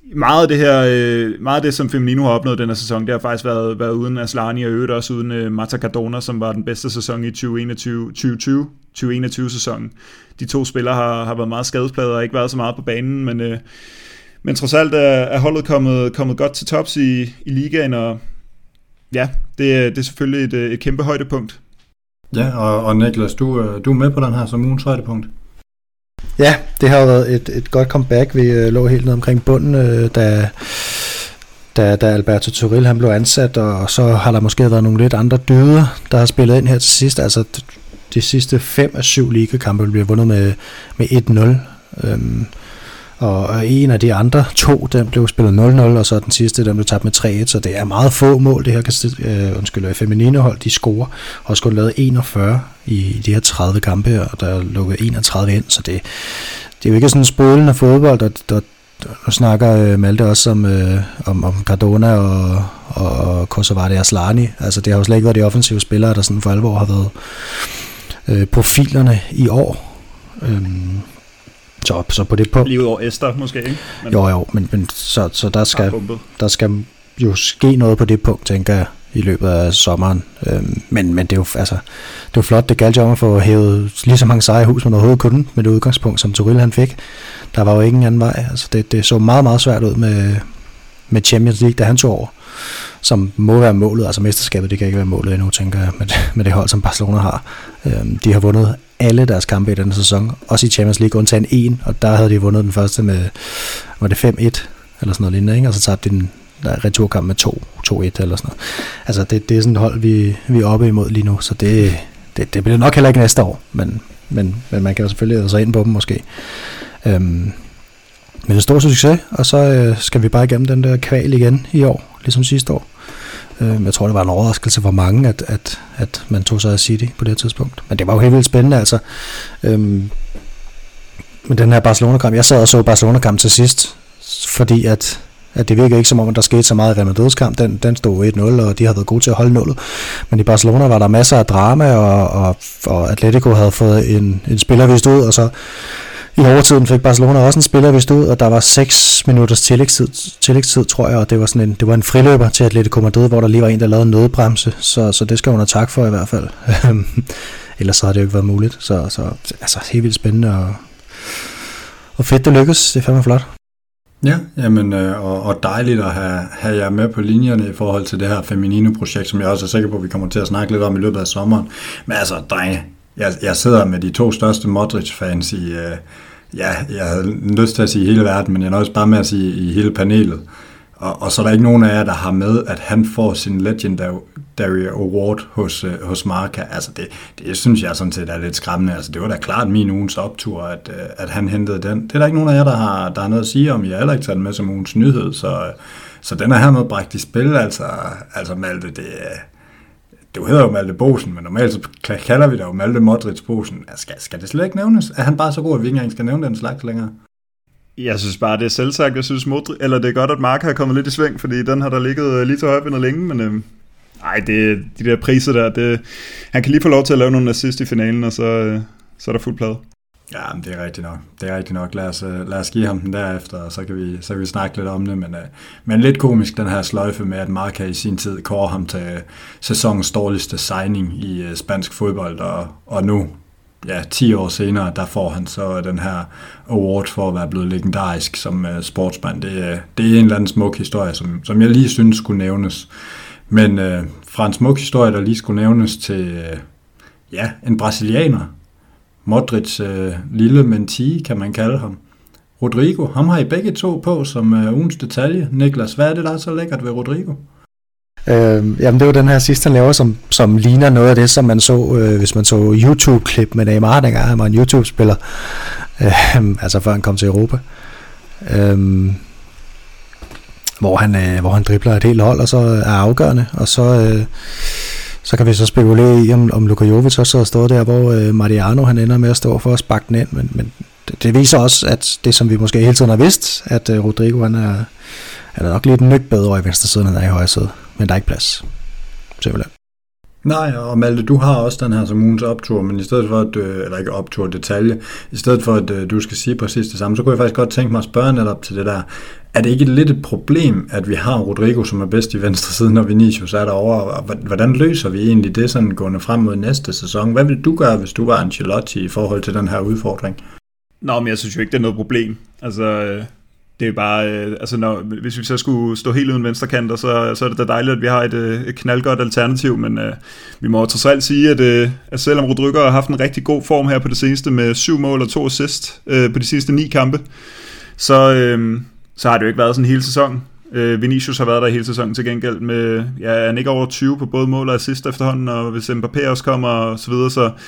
meget af det her, øh, meget af det, som Femenino har opnået den her sæson, det har faktisk været, været uden Asllani og øvrigt også uden øh, Marta Cardona, som var den bedste sæson i tyve enogtyve tyve enogtyve sæsonen. De to spillere har, har været meget skadespladet og ikke været så meget på banen, men, øh, men trods alt er, er holdet kommet, kommet godt til tops i, i ligaen, og ja, det, det er selvfølgelig et, et kæmpe højdepunkt. Ja, og, og Niklas, du, du er med på den her som ugens højdepunkt. Ja, det har jo været et, et godt comeback. Vi øh, lå helt ned omkring bunden, øh, da, da, da Alberto Toril han blev ansat, og så har der måske været nogle lidt andre dyder, der har spillet ind her til sidst. Altså de, de sidste fem af syv ligakampe bliver vundet med, med et nul. Øhm, og, og en af de andre to, den blev spillet nul nul, og så den sidste, den blev tabt med tre et, så det er meget få mål, det her øh, undskyld, Femenino hold, de scorer, og har sgu lavet enogfyrre i, i de her tredive kampe, og der er lukket enogtredive ind, så det, det er jo ikke sådan en sprudlende fodbold, og der, nu snakker øh, Malte også om, øh, om, om Cardona og, og Kosovare Asllani, altså det har jo slet ikke været de offensive spillere, der sådan for alvor har været øh, profilerne i år. Øhm, Så, så på det punkt... Lige ud over Esther, måske, ikke? Men... Jo, jo, men, men så, så der, skal, der skal jo ske noget på det punkt, tænker jeg, i løbet af sommeren. Øhm, men, men det er jo altså, det er jo flot, det galt jo om at få hævet lige så mange sejre i hus, man overhovedet kunne, med det udgangspunkt, som Toril han fik. Der var jo ingen anden vej. Altså, det, det så meget, meget svært ud med, med Champions League, da han tog over, som må være målet. Altså mesterskabet, det kan ikke være målet endnu, tænker jeg, med, med det hold, som Barcelona har. Øhm, de har vundet alle deres kampe i denne sæson, også i Champions League, undtagen en, og der havde de vundet den første med, var det fem et, eller sådan noget lignende, ikke? Og så tabte de den der returkamp med to et, eller sådan noget. Altså, det, det er sådan et hold, vi, vi er oppe imod lige nu, så det, det, det bliver nok heller ikke næste år, men, men, men man kan jo selvfølgelig æde sig ind på dem, måske. Øhm, men en stor succes, og så øh, skal vi bare igennem den der kval igen i år, ligesom sidste år. Jeg tror, det var en overraskelse for mange, at, at, at man tog sig af City på det tidspunkt. Men det var jo helt vildt spændende, altså. Øhm, med den her Barcelona-kamp. Jeg sad og så Barcelona-kamp til sidst, fordi at, at det virkede ikke som om, at der skete så meget i Real Madrids kamp. Den, den stod et nul, og de havde været gode til at holde nullet. Men i Barcelona var der masser af drama, og, og, og Atletico havde fået en, en spiller vist ud, og så i overtiden fik Barcelona også en spiller vist ud, og der var seks minutters tillægstid, tillægstid, tror jeg, og det var sådan en, det var en friløber til Atletico Madrid, hvor der lige var en, der lavede en nødbremse, så, så det skal hun have tak for i hvert fald. Ellers så har det jo ikke været muligt, så, så altså helt vildt spændende, og, og fedt det lykkes, det er fandme flot. Ja, jamen, øh, og, og dejligt at have, have jer med på linjerne i forhold til det her Femenino-projekt, som jeg også er sikker på, at vi kommer til at snakke lidt om i løbet af sommeren. Men altså, drenge, jeg, jeg sidder med de to største Modric-fans i... Øh, Ja, jeg havde lyst til at sige hele verden, men jeg nøjes bare med at sige i hele panelet. Og, og så er der ikke nogen af jer, der har med, at han får sin Legendary Award hos, uh, hos Marca. Altså det, det synes jeg sådan set er lidt skræmmende. Altså det var da klart min ugens optur, at, uh, at han hentede den. Det er der ikke nogen af jer, der har, der har noget at sige om. Jeg har heller ikke taget den med som ugens nyhed, så, så den er her noget bragt i spil. Altså, altså Malte, det er... Det hedder jo Malte Bosen, men normalt så kalder vi det jo Malte Modric Bosen. Skal, skal det slet ikke nævnes? Er han bare så god, at vi ikke engang skal nævne den slags længere? Jeg synes bare, det er selvsagt. Jeg synes, Modric, eller det er godt, at Mark har kommet lidt i sving, fordi den har der ligget lige til højbenet længe, men øh, ej, det, de der priser der, det, han kan lige få lov til at lave nogle assist i finalen, og så, øh, så er der fuld plade. Ja, men det er rigtigt nok. Det er rigtigt nok. Lad os, lad os give ham den derefter, og så kan vi, så kan vi snakke lidt om det. Men, uh, men lidt komisk, den her sløjfe med, at Marca i sin tid kårer ham til sæsonens dårligste signing i uh, spansk fodbold, og, og nu, ja, ti år senere, der får han så den her award for at være blevet legendarisk som uh, sportsmand. Det, uh, det er en eller anden smuk historie, som, som jeg lige synes skulle nævnes. Men uh, fra en smuk historie, der lige skulle nævnes til uh, ja, en brasilianer, Modric øh, lille mentee, kan man kalde ham. Rodrigo, ham har I begge to på som øh, ugens detalje. Niklas, hvad er det, der er så lækkert ved Rodrigo? Øh, jamen det var den her sidste, han laver, som, som ligner noget af det, som man så, øh, hvis man så YouTube-klip med Neymar, dengang han var en YouTube-spiller, øh, altså før han kom til Europa. Øh, hvor han, øh, hvor han dribler et helt hold, og så er afgørende, og så... Øh, Så kan vi så spekulere i, om, om Luka Jovic også har stået der, hvor øh, Mariano han ender med at stå for at sparke den ind. Men, men det, det viser også, at det som vi måske hele tiden har vidst, at øh, Rodrigo han er, han er nok lidt nødt bedre i venstre side, end han er i højre side. Men der er ikke plads. Simpelthen. Nej, og Malte, du har også den her som ugens optur, men i stedet for, at, eller ikke optur, detalje, i stedet for, at du skal sige præcis det samme, så kunne jeg faktisk godt tænke mig at spørge netop til det der. Er det ikke lidt et problem, at vi har Rodrigo, som er bedst i venstre side, når Vinicius er derovre? Hvordan løser vi egentlig det sådan gående frem mod næste sæson? Hvad ville du gøre, hvis du var Ancelotti i forhold til den her udfordring? Nå, men jeg synes jo ikke, det er noget problem. Altså, det er bare, altså når, hvis vi så skulle stå helt uden venstrekanter, så, så er det da dejligt, at vi har et, et knaldgodt alternativ, men øh, vi må trods alt sige, at, øh, at selvom Rodrigo har haft en rigtig god form her på det seneste med syv mål og to assist øh, på de sidste ni kampe, så, øh, så har det jo ikke været sådan hele sæsonen. Øh, Vinicius har været der hele sæsonen til gengæld med, ja, han ikke over tyve på både mål og assist efterhånden, og hvis Mbappé også kommer og så videre, så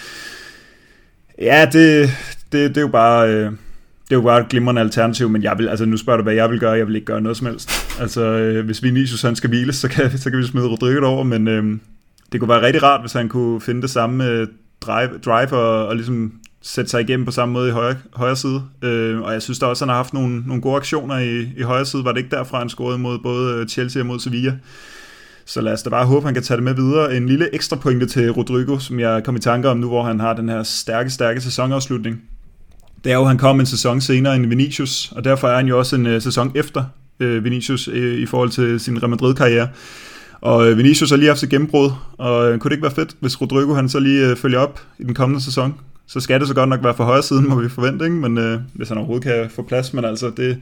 ja, det, det, det er jo bare... Øh, Det er jo bare et glimrende alternativ, men jeg vil, altså nu spørger du, hvad jeg vil gøre. Jeg vil ikke gøre noget som helst. Altså, øh, hvis Vinicius han skal hviles, så kan, så kan vi smide Rodrigo over, men øh, det kunne være rigtig rart, hvis han kunne finde det samme øh, drive, drive og, og ligesom sætte sig igennem på samme måde i højre, højre side. Øh, og jeg synes da også, at han har haft nogle, nogle gode aktioner i, i højre side. Var det ikke derfra, han scorede mod både Chelsea og mod Sevilla? Så lad os da bare håbe, han kan tage det med videre. En lille ekstra pointe til Rodrigo, som jeg kom i tanke om nu, hvor han har den her stærke, stærke sæsonafslutning. Det er jo, at han kom en sæson senere end Vinicius, og derfor er han jo også en uh, sæson efter uh, Vinicius uh, i forhold til sin Real Madrid-karriere. Og uh, Vinicius har lige haft sit gennembrud, og uh, kunne det ikke være fedt, hvis Rodrigo han så lige uh, følger op i den kommende sæson? Så skal det så godt nok være for højre siden, må vi forvente, ikke? Men uh, hvis han overhovedet kan få plads, men altså, det,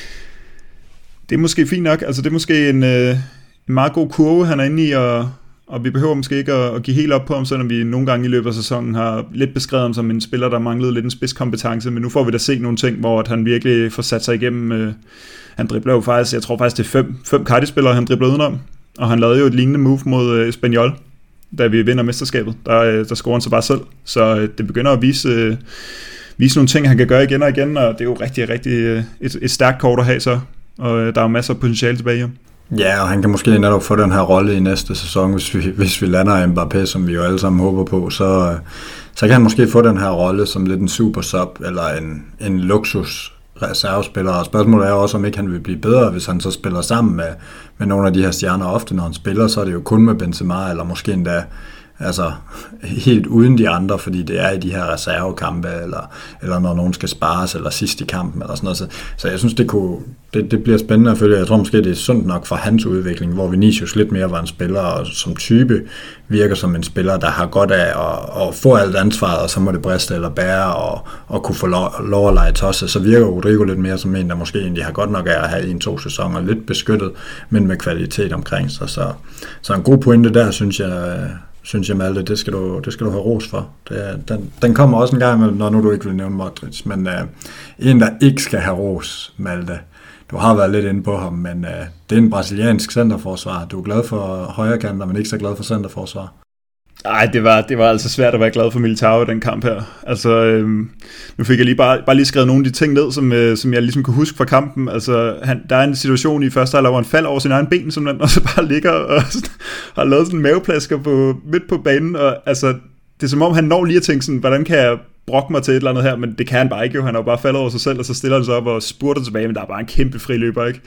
det er måske fint nok. Altså, det er måske en, uh, en meget god kurve, han er inde i, og Og vi behøver måske ikke at, at give helt op på ham, selvom vi nogle gange i løbet af sæsonen har lidt beskrevet ham som en spiller, der manglede lidt en spidskompetence, men nu får vi da se nogle ting, hvor at han virkelig får sat sig igennem. Øh, han dribler jo faktisk, jeg tror faktisk det er fem, fem Cardiff-spillere, han dribler udenom, og han lavede jo et lignende move mod øh, Espanyol, da vi vinder mesterskabet. Der, øh, der scorer han så bare selv, så øh, det begynder at vise, øh, vise nogle ting, han kan gøre igen og igen, og det er jo rigtig, rigtig øh, et, et stærkt kort at have så, og øh, der er jo masser af potentiale tilbage i ham. Ja, og han kan måske netop få den her rolle i næste sæson, hvis vi, hvis vi lander Mbappé, som vi jo alle sammen håber på, så, så kan han måske få den her rolle som lidt en super sub, eller en, en luksus reservespiller, og spørgsmålet er også, om ikke han vil blive bedre, hvis han så spiller sammen med, med nogle af de her stjerner. Ofte når han spiller, så er det jo kun med Benzema, eller måske endda altså helt uden de andre, fordi det er i de her reservekampe, eller, eller når nogen skal spares, eller sidst i kampen, eller sådan noget. Så, så jeg synes, det, kunne, det, det bliver spændende at følge. Jeg tror måske, det er sundt nok for hans udvikling, hvor Vinicius lidt mere var en spiller, og som type virker som en spiller, der har godt af at, at få alt ansvaret, og så må det briste eller bære, og, og kunne få lov, lov at lege tosse. Så virker Rodrigo lidt mere som en, der måske egentlig har godt nok af at have en-to sæsoner lidt beskyttet, men med kvalitet omkring sig. Så, så en god pointe der, synes jeg, synes jeg, Malte, det skal du, det skal du have ros for. Det, den, den kommer også en gang imellem, når nu du ikke vil nævne Modric, men uh, en, der ikke skal have ros, Malte. Du har været lidt inde på ham, men uh, det er en brasiliansk centerforsvar. Du er glad for højrekanter, men ikke så glad for centerforsvar. Nej, det var, det var altså svært at være glad for Militao i den kamp her. Altså, øhm, nu fik jeg lige bare, bare lige skrevet nogle af de ting ned, som, øh, som jeg ligesom kunne huske fra kampen. Altså, han, der er en situation i første halvleg, hvor han falder over sin egen ben, som og så bare ligger og har lavet sådan en maveplasker på, midt på banen. Og altså, det er som om, han når lige at tænke sådan, hvordan kan jeg brokke mig til et eller andet her, men det kan han bare ikke jo. Han er jo bare faldet over sig selv, og så stiller han sig op og spurter tilbage, men der er bare en kæmpe friløber, ikke?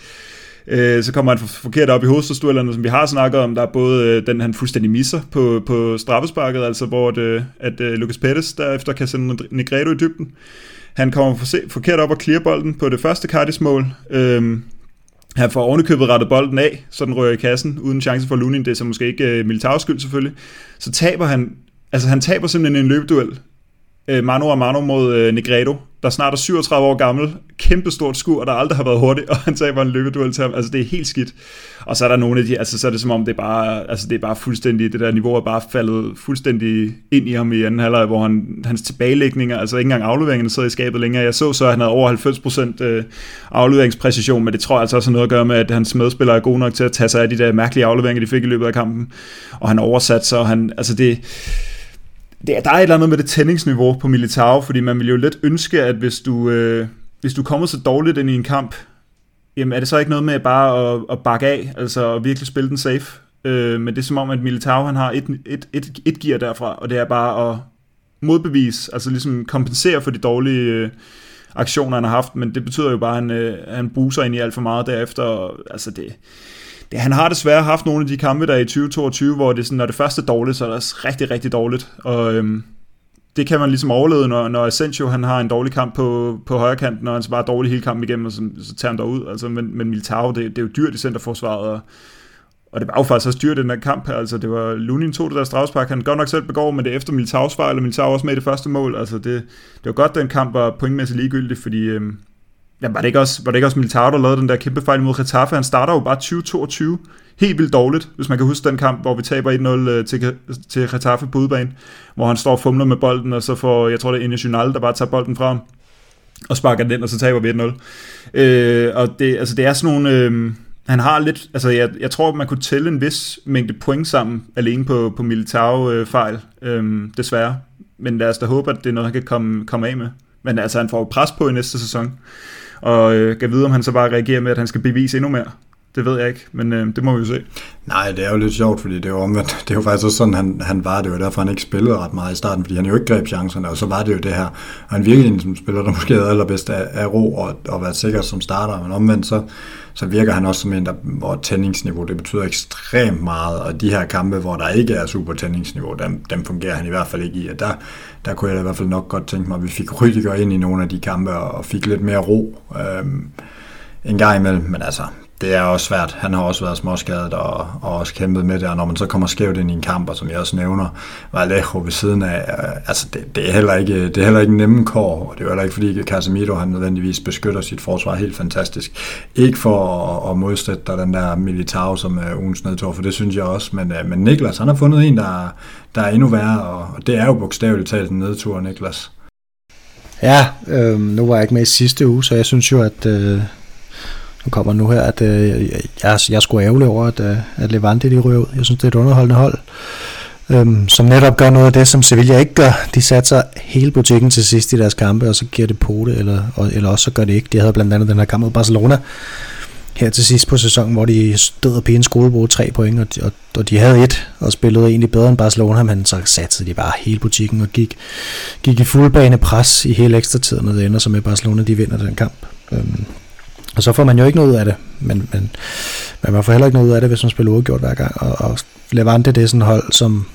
Så kommer han forkert op i hovedstødstuellerne, som vi har snakket om. Der er både den, han fuldstændig misser på, på straffesparket, altså hvor det, at Lucas Perez derefter kan sende Negredo i dybden. Han kommer forkert op og clear bolden på det første Cardiff-mål. Øhm, han får ovenikøbet rettet bolden af, så den rører i kassen, uden chance for Lunin. Det er så måske ikke Militaos skyld selvfølgelig. Så taber han, altså han taber simpelthen en løbeduel. Mano a mano mod Negredo, der snart er syvogtredive år gammel, kæmpe stort skur, der aldrig har været hurtigt, og han taber en løbeduel til ham. Altså det er helt skidt. Og så er der nogle af de, altså så er det som om det er bare, altså det er bare fuldstændig, det der niveau er bare faldet fuldstændig ind i ham i anden halvleg, hvor han, hans tilbagelægninger, altså ikke engang afleveringerne sidder i skabet længere. Jeg så så, at han havde over halvfems procent afleveringspræcision, men det tror jeg altså også har noget at gøre med, at hans medspillere er gode nok til at tage sig af de der mærkelige afleveringer, de fik i løbet af kampen. Og han oversat sig, og han, altså det Det er, der er et eller andet med det tændingsniveau på Militao, fordi man vil jo lidt ønske, at hvis du, øh, hvis du kommer så dårligt ind i en kamp, jamen er det så ikke noget med bare at, at bakke af, altså at virkelig spille den safe? Øh, men det er som om, at Militao han har et, et, et, et gear derfra, og det er bare at modbevise, altså ligesom kompensere for de dårlige øh, aktioner, han har haft, men det betyder jo bare, at han, øh, han buser ind i alt for meget derefter, og altså det... det, han har desværre haft nogle af de kampe, der er i tyve toogtyve, hvor det sådan, når det første er dårligt, så er det rigtig, rigtig dårligt. Og øhm, det kan man ligesom overleve, når, når Asensio han har en dårlig kamp på, på højre kant, når han så bare er dårlig hele kampen igennem, og så, så tager han derud. Altså, men, men Militao, det, det er jo dyrt i centerforsvaret, og, og det var jo faktisk også dyrt i den her kamp her. Altså, det var Lunin tog det der strafspark, han godt nok selv begår, men det er efter Militaos fejl, og Militao også med i det første mål. Altså, det, det var godt, den kamp var pointmæssigt ligegyldig, fordi øhm, ja, var, det ikke også, var det ikke også Militao, der lavede den der kæmpe fejl mod Getafe? Han starter jo bare tyve toogtyve. Helt vildt dårligt, hvis man kan huske den kamp, hvor vi taber et nul til, til Getafe på udebane, hvor han står og fumler med bolden, og så får, jeg tror det er Nacional, der bare tager bolden fra ham, og sparker den ind, og så taber vi et nul. Øh, og det, altså, det er sådan nogle, øh, han har lidt, altså jeg, jeg tror, man kunne tælle en vis mængde point sammen, alene på, på Militao-fejl, øh, desværre. Men lad os da håbe, at det er noget, han kan komme, komme af med. Men altså, han får jo pres på i næste sæson, og øh, kan vide, om han så bare reagerer med, at han skal bevise endnu mere. Det ved jeg ikke, men øh, det må vi jo se. Nej, det er jo lidt sjovt, fordi det er jo omvendt. Det er jo faktisk også sådan, han, han var. Det var derfor, han ikke spillede ret meget i starten, fordi han jo ikke greb chancerne, og så var det jo det her. Og han virkede en som spiller, der måske er allerbedst af, af ro og, og være sikker som starter, men omvendt så, så virker han også som en, der, hvor tændingsniveau, det betyder ekstremt meget, og de her kampe, hvor der ikke er super tændingsniveau, dem, dem fungerer han i hvert fald ikke i, og der, der kunne jeg i hvert fald nok godt tænke mig, at vi fik Rüdiger ind i nogle af de kampe, og fik lidt mere ro øhm, en gang imellem, men altså, det er også svært. Han har også været småskadet og, og også kæmpet med det, og når man så kommer skævt ind i en kamp, og som jeg også nævner, Vallejo ved siden af, altså det, det, er heller ikke, det er heller ikke nemme kår, og det er heller ikke fordi Casemiro han nødvendigvis beskytter sit forsvar helt fantastisk. Ikke for at, at modsætte dig den der Militao som er ugens nedtur, for det synes jeg også, men, men Niklas, han har fundet en, der, der er endnu værre, og det er jo bogstaveligt talt en nedtur, Niklas. Ja, øh, nu var jeg ikke med i sidste uge, så jeg synes jo, at øh nu kommer nu her, at øh, jeg, jeg er sgu ærgerlig over, at, øh, at Levante de ryger ud. Jeg synes, det er et underholdende hold, øhm, som netop gør noget af det, som Sevilla ikke gør. De satser hele butikken til sidst i deres kampe, og så giver det på det, eller, eller også så gør det ikke. De havde blandt andet den her kamp mod Barcelona her til sidst på sæsonen, hvor de stod og pæne skolebruge tre point, og de, og, og de havde et, og spillede egentlig bedre end Barcelona, men så satsede de bare hele butikken og gik, gik i fuldbane pres i hele ekstra tiden, og det ender så med Barcelona, de vinder den kamp. Øhm, Og så får man jo ikke noget ud af det, men, men, men man får heller ikke noget ud af det, hvis man spiller uafgjort hver gang. Og, og Levante, det er sådan et hold, som,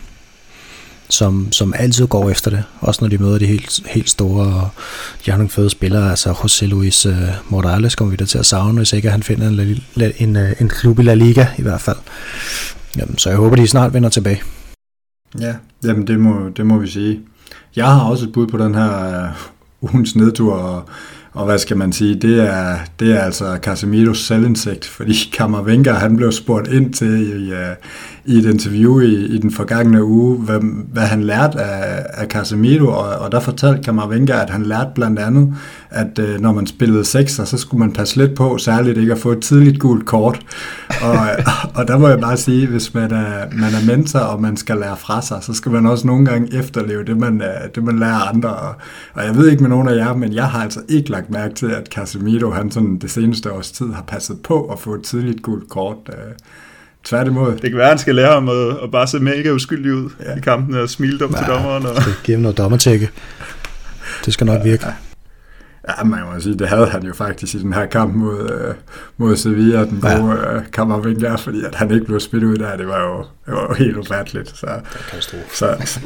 som, som altid går efter det, også når de møder de helt, helt store, og de har nogle fede spillere, altså José Luis uh, Morales kommer vi da til at savne, hvis ikke han finder en, en, en, en klub i La Liga i hvert fald. Jamen, så jeg håber, de snart vender tilbage. Ja, jamen det må, det må vi sige. Jeg har også et bud på den her uh, ugens nedtur, og Og hvad skal man sige, det er, det er altså Casemiros selvindsigt, fordi Camavinga, han blev spurgt ind til i, i et interview i, i den forgangne uge, hvad, hvad han lærte af, af Casemiro, og, og der fortalte Camavinga, at han lærte blandt andet, at øh, når man spillede sekser, så skulle man passe lidt på, særligt ikke at få et tidligt gult kort. Og, og der må jeg bare sige, hvis man er, man er mentor, og man skal lære fra sig, så skal man også nogle gange efterleve det, man, det, man lærer andre. Og, og jeg ved ikke med nogen af jer, men jeg har altså ikke lagt mærke til, at Casemiro, han sådan det seneste års tid har passet på at få et tidligt gult kort. Tværtimod. Det kan være, at han skal lære ham at, at bare se mega uskyldig ud ja. i kampen og smile dem ja, til dommeren. Og... det giver ham noget dommertække. Det skal nok virke. Ja. Ja, man må sige, det havde han jo faktisk i den her kamp mod, øh, mod Sevilla, den gode ja. øh, Camavinga, fordi at han ikke blev spillet ud der, det var jo, det var jo helt ufatteligt. Så, så, så,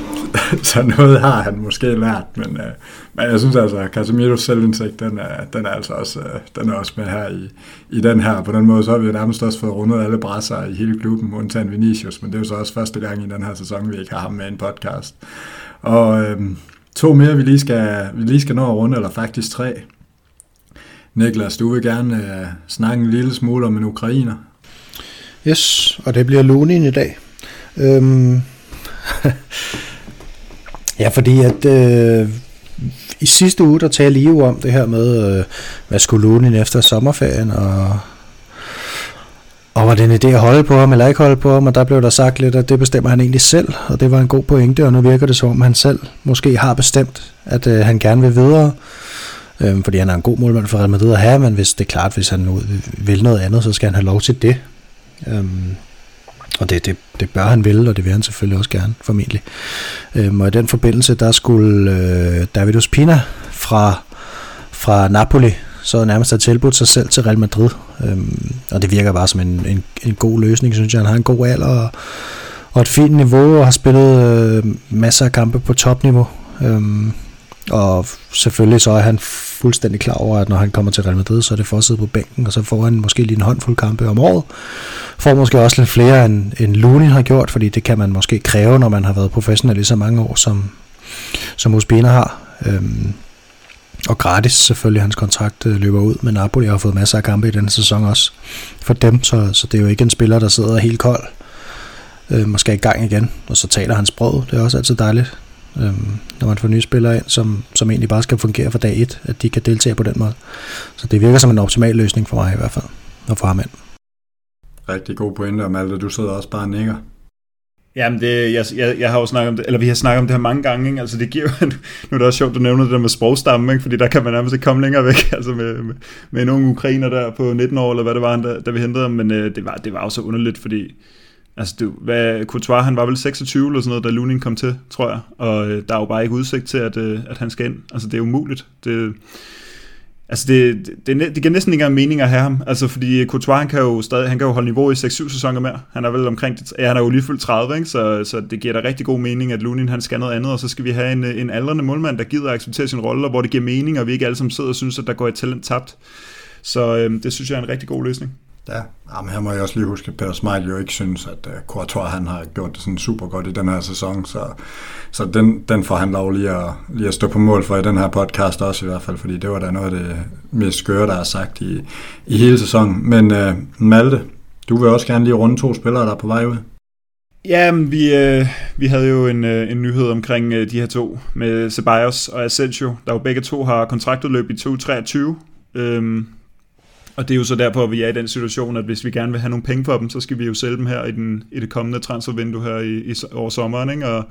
så noget har han måske lært, men, øh, men jeg synes altså, at Casemiros selvindsigt, den er, den er altså også, øh, den er også med her i, i den her. På den måde, så har vi jo nærmest også fået rundet alle brasser i hele klubben, undtagen Vinicius, men det er jo så også første gang i den her sæson, vi ikke har ham med i en podcast. Og... Øh, To mere, vi lige skal, vi lige skal nå at runde, eller faktisk tre. Niklas, du vil gerne uh, snakke en lille smule om en ukrainer. Yes, og det bliver Lunin i dag. Øhm. ja, fordi at øh, i sidste uge, der talte I jo om det her med, øh, hvad skulle Lunin efter sommerferien, og Og var det en idé at holde på ham, eller ikke holde på ham, og der blev der sagt lidt, at det bestemmer han egentlig selv, og det var en god pointe, og nu virker det som om han selv måske har bestemt, at øh, han gerne vil videre, øh, fordi han er en god målmand for Real Madrid at have, men hvis det er klart, hvis han nu vil noget andet, så skal han have lov til det. Øh, og det, det, det bør han vil, og det vil han selvfølgelig også gerne, formentlig. Øh, og i den forbindelse, der skulle øh, David Ospina fra, fra Napoli, så nærmest har tilbudt sig selv til Real Madrid. Øhm, og det virker bare som en, en, en god løsning, synes jeg. Han har en god alder og, og et fint niveau, og har spillet øh, masser af kampe på topniveau. Øhm, og selvfølgelig så er han fuldstændig klar over, at når han kommer til Real Madrid, så er det for at sidde på bænken, og så får han måske lige en håndfuld kampe om året. Får måske også lidt flere, end, end Lunin har gjort, fordi det kan man måske kræve, når man har været professionel i så mange år, som, som Ospina har. Øhm, og gratis selvfølgelig, hans kontrakt øh, løber ud, men Napoli har fået masser af kampe i denne sæson også for dem, så, så det er jo ikke en spiller, der sidder helt kold, øh, måske i gang igen, og så taler han sproget, det er også altid dejligt. Øhm, når man får nye spillere ind, som, som egentlig bare skal fungere fra dag et, at de kan deltage på den måde. Så det virker som en optimal løsning for mig i hvert fald, at få ham ind. Rigtig god pointe, og Malte, du sidder også bare og nikker. Jamen, det, jeg, jeg, jeg har jo snakket om det, eller vi har snakket om det her mange gange, ikke? Altså det giver jo, nu er det også sjovt, du nævner det der med sprogstammen, ikke? Fordi der kan man nærmest ikke komme længere væk, altså med, med, med en ung ukrainer der på nitten år, eller hvad det var, da, da vi hentede ham, men øh, det, var, det var jo så underligt, fordi altså, det, hvad, Courtois, han var vel seksogtyve eller sådan noget, da Lunin kom til, tror jeg, og øh, der er jo bare ikke udsigt til, at, øh, at han skal ind. Altså, det er umuligt. Det, altså, det, det, det, det giver næsten ikke engang mening at have ham, altså, fordi Courtois, han kan jo stadig, han kan jo holde niveau i seks syv sæsoner mere. Han er vel omkring, ja, han er jo lige fyldt tredive, ikke? Så, så det giver da rigtig god mening, at Lunin, han skal noget andet, og så skal vi have en, en aldrende målmand, der gider at acceptere sin rolle, og hvor det giver mening, og vi ikke alle sammen sidder og synes, at der går et talent tabt. Så øh, det synes jeg er en rigtig god løsning. Ja, men her må jeg også lige huske, at Peter Schmeichel jo ikke synes, at uh, Courtois, han har gjort det sådan super godt i den her sæson, så, så den, den får han lov lige at, lige at stå på mål for i den her podcast også i hvert fald, fordi det var da noget af det mest skøre, der er sagt i, i hele sæsonen. Men uh, Malte, du vil også gerne lige runde to spillere, der er på vej ud. Ja, men vi, øh, vi havde jo en, øh, en nyhed omkring øh, de her to, med Ceballos og Asensio, der jo begge to har kontraktudløb i to tusind treogtyve. Øhm, Og det er jo så derfor, at vi er i den situation, at hvis vi gerne vil have nogle penge for dem, så skal vi jo sælge dem her i, den, i det kommende transfervindue her i, i over sommeren. Ikke? Og,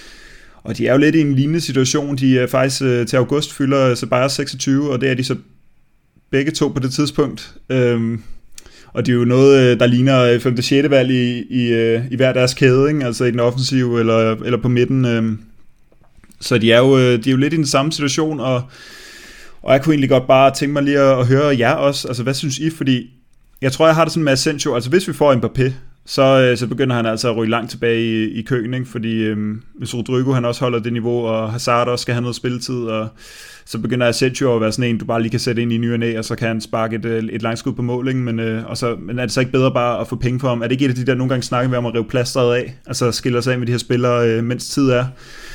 og de er jo lidt i en lignende situation. De er faktisk til august fylder Ceballos seksogtyve, og det er de så begge to på det tidspunkt. Øhm, og det er jo noget, der ligner femte sjette valg i, i, i hver deres kæde, ikke? Altså i den offensive eller, eller på midten. Øhm. Så de er, jo, de er jo lidt i den samme situation, og Og jeg kunne egentlig godt bare tænke mig lige at høre jer også, altså hvad synes I, fordi jeg tror, jeg har det sådan med Asensio, altså hvis vi får Mbappé, så, så begynder han altså at ryge langt tilbage i, i køen, ikke? Fordi øhm, hvis Rodrigo han også holder det niveau, og Hazard også skal have noget spilletid, og så begynder Asensio at være sådan en, du bare lige kan sætte ind i ny og næ, og så kan han sparke et, et langskud på mål, ikke? Men, øh, og så, men er det så ikke bedre bare at få penge for ham? Er det ikke et af de der nogle gange snakker vi om at rive plasteret af, altså skiller sig af med de her spillere, øh, mens tid er?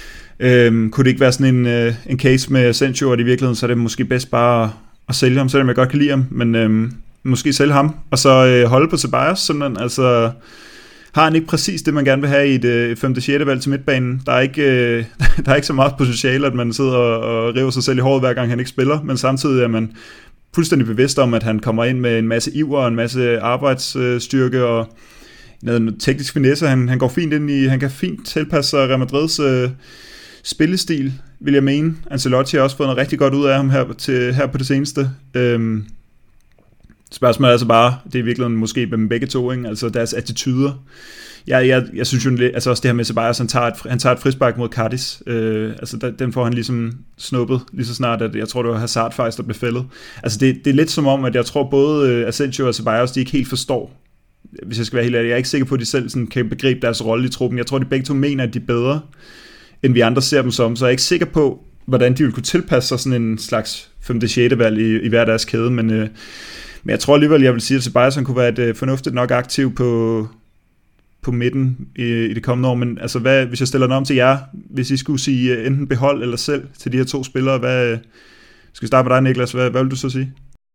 Øhm, kunne det ikke være sådan en, øh, en case med Asensio, og i virkeligheden så er det måske bedst bare at, at sælge ham, selvom jeg godt kan lide ham, men øhm, måske sælge ham, og så øh, holde på Ceballos, sådan altså har han ikke præcis det, man gerne vil have i et øh, femte sjette valg til midtbanen. Der er ikke, øh, der er ikke så meget potentiale, at man sidder og, og river sig selv i håret, hver gang han ikke spiller, men samtidig er man fuldstændig bevidst om, at han kommer ind med en masse iver og en masse arbejdsstyrke og noget teknisk finesse. Han, han går fint ind i, han kan fint tilpasse sig Real Madrids øh, spillestil, vil jeg mene. Ancelotti har også fået noget rigtig godt ud af ham her, til, her på det seneste. Øhm, spørgsmålet er altså bare, det er virkelig måske med dem begge to, ikke? Altså deres attityder. Jeg, jeg, jeg synes jo, altså også det her med Ceballos, han tager et, han tager et frispark mod Cadiz. Øh, altså der, den får han ligesom snuppet, lige så snart, at jeg tror, det var Hazard faktisk, der blev fældet. Altså det, det er lidt som om, at jeg tror både Asensio og Ceballos, de ikke helt forstår, hvis jeg skal være helt ærlig. Jeg er ikke sikker på, at de selv sådan kan begribe deres rolle i truppen. Jeg tror, de begge to mener, at de er bedre, end vi andre ser dem som. Så jeg er ikke sikker på, hvordan de vil kunne tilpasse sig sådan en slags femte sjette valg i, i hver deres kæde. Men, øh, men jeg tror alligevel, jeg vil sige, at Ceballos kunne være et øh, fornuftigt nok aktiv på, på midten i, i det kommende år. Men altså, hvad, hvis jeg stiller den om til jer, hvis I skulle sige uh, enten behold eller selv til de her to spillere, hvad, skal vi starte med dig, Niklas? Hvad, hvad vil du så sige?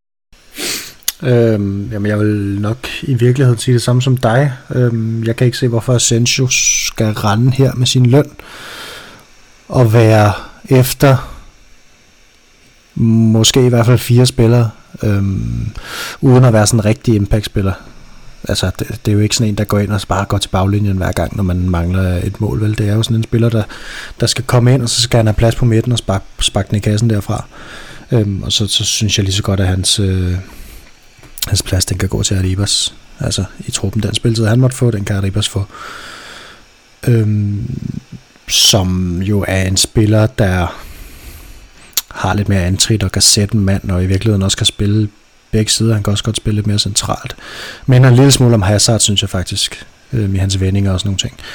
Øhm, jamen jeg vil nok i virkeligheden sige det samme som dig. Øhm, jeg kan ikke se, hvorfor Asensio skal rende her med sin løn og være efter måske i hvert fald fire spillere, øhm, uden at være sådan en rigtig impact-spiller. Altså det, det er jo ikke sådan en, der går ind og bare går til baglinjen hver gang, når man mangler et mål, vel? Det er jo sådan en spiller, der, der skal komme ind, og så skal han have plads på midten og sparke, sparke den i kassen derfra. Øhm, og så, så synes jeg lige så godt, at hans øh, hans plads, den kan gå til Arribas. Altså i truppen, den spilletid han måtte få, den kan Arribas få. Øhm, som jo er en spiller, der har lidt mere antrit og kan sætte en mand, og i virkeligheden også kan spille begge sider. Han kan også godt spille lidt mere centralt. Men en lille smule om Hazard, synes jeg faktisk, øh, i hans vendinger og sådan nogle ting.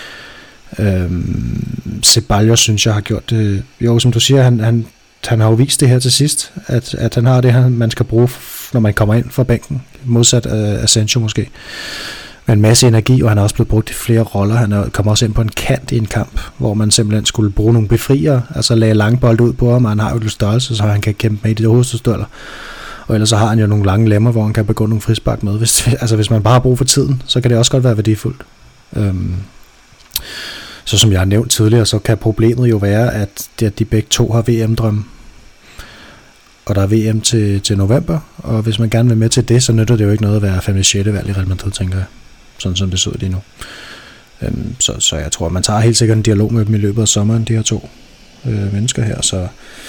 Øhm, Ceballos, synes jeg, har gjort det. Jo, som du siger, han, han, han har jo vist det her til sidst, at, at han har det her, man skal bruge, når man kommer ind fra bænken, modsat uh, Asensio måske. Med en masse energi, og han er også blevet brugt i flere roller. Han er kommet også ind på en kant i en kamp, hvor man simpelthen skulle bruge nogle befriere, altså lagde langbold ud på ham, og han har jo lidt størrelse, så han kan kæmpe med i de hovedstødler. Og ellers så har han jo nogle lange lemmer, hvor han kan begå nogle frispark med. Hvis, altså hvis man bare har brug for tiden, så kan det også godt være værdifuldt. Øhm, så som jeg har nævnt tidligere, så kan problemet jo være, at de, at de begge to har V M-drømme. Og der er V M til, til november, og hvis man gerne vil med til det, så nytter det jo ikke noget at være femte sjette valg i Real Madrid, tænker jeg. Sådan som det så lige nu. Øhm, så, så jeg tror, at man tager helt sikkert en dialog med dem i løbet af sommeren, de her to øh, mennesker her. Så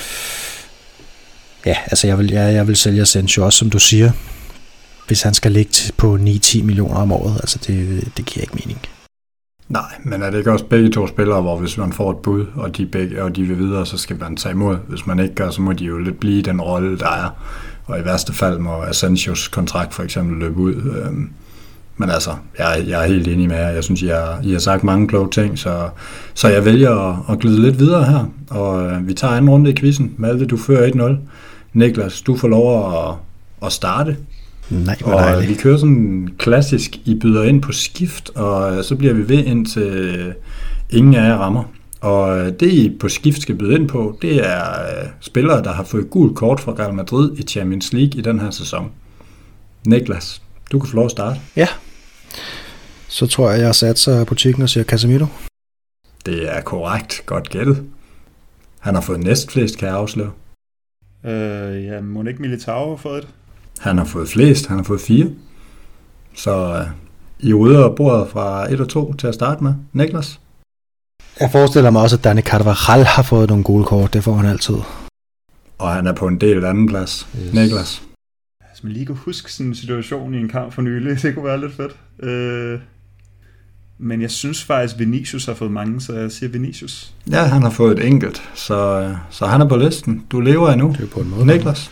ja, altså jeg vil, jeg, jeg vil sælge Asensio også, som du siger, hvis han skal ligge på ni til ti millioner om året. Altså det, det giver ikke mening. Nej, men er det ikke også begge to spillere, hvor hvis man får et bud, og de, begge, og de vil videre, så skal man tage imod. Hvis man ikke gør, så må de jo lidt blive den rolle, der er. Og i værste fald må Asensios kontrakt for eksempel løbe ud. Men altså, jeg, jeg er helt enig med jer. Jeg synes, I har, I har sagt mange kloge ting, så, så jeg vælger at, at glide lidt videre her. Og vi tager anden runde i quizzen. Malte, du fører et nul. Niklas, du får lov at, at starte. Nej, og vi kører sådan klassisk, I byder ind på skift, og så bliver vi ved indtil ingen af jer rammer. Og det I på skift skal byde ind på, det er spillere, der har fået gult kort fra Real Madrid i Champions League i den her sæson. Niklas, du kan få lov at starte. Ja, så tror jeg, jeg satser butikken og siger Casemiro. Det er korrekt, godt gættet. Han har fået næstflest, kan jeg afsløre. Øh, ja, Monique Militao har fået et. Han har fået flest, han har fået fire. Så uh, I rydder bordet fra et og to til at starte med. Niklas? Jeg forestiller mig også, at Dani Carvajal har fået nogle gule kort. Det får han altid. Og han er på en del anden plads. Yes. Niklas? Hvis man lige kunne huske sådan en situation i en kamp for nylig, det kunne være lidt fedt. Øh, men jeg synes faktisk, Vinicius har fået mange, så jeg siger Vinicius. Ja, han har fået et enkelt, så, så han er på listen. Du lever endnu. Det er på en måde. Niklas?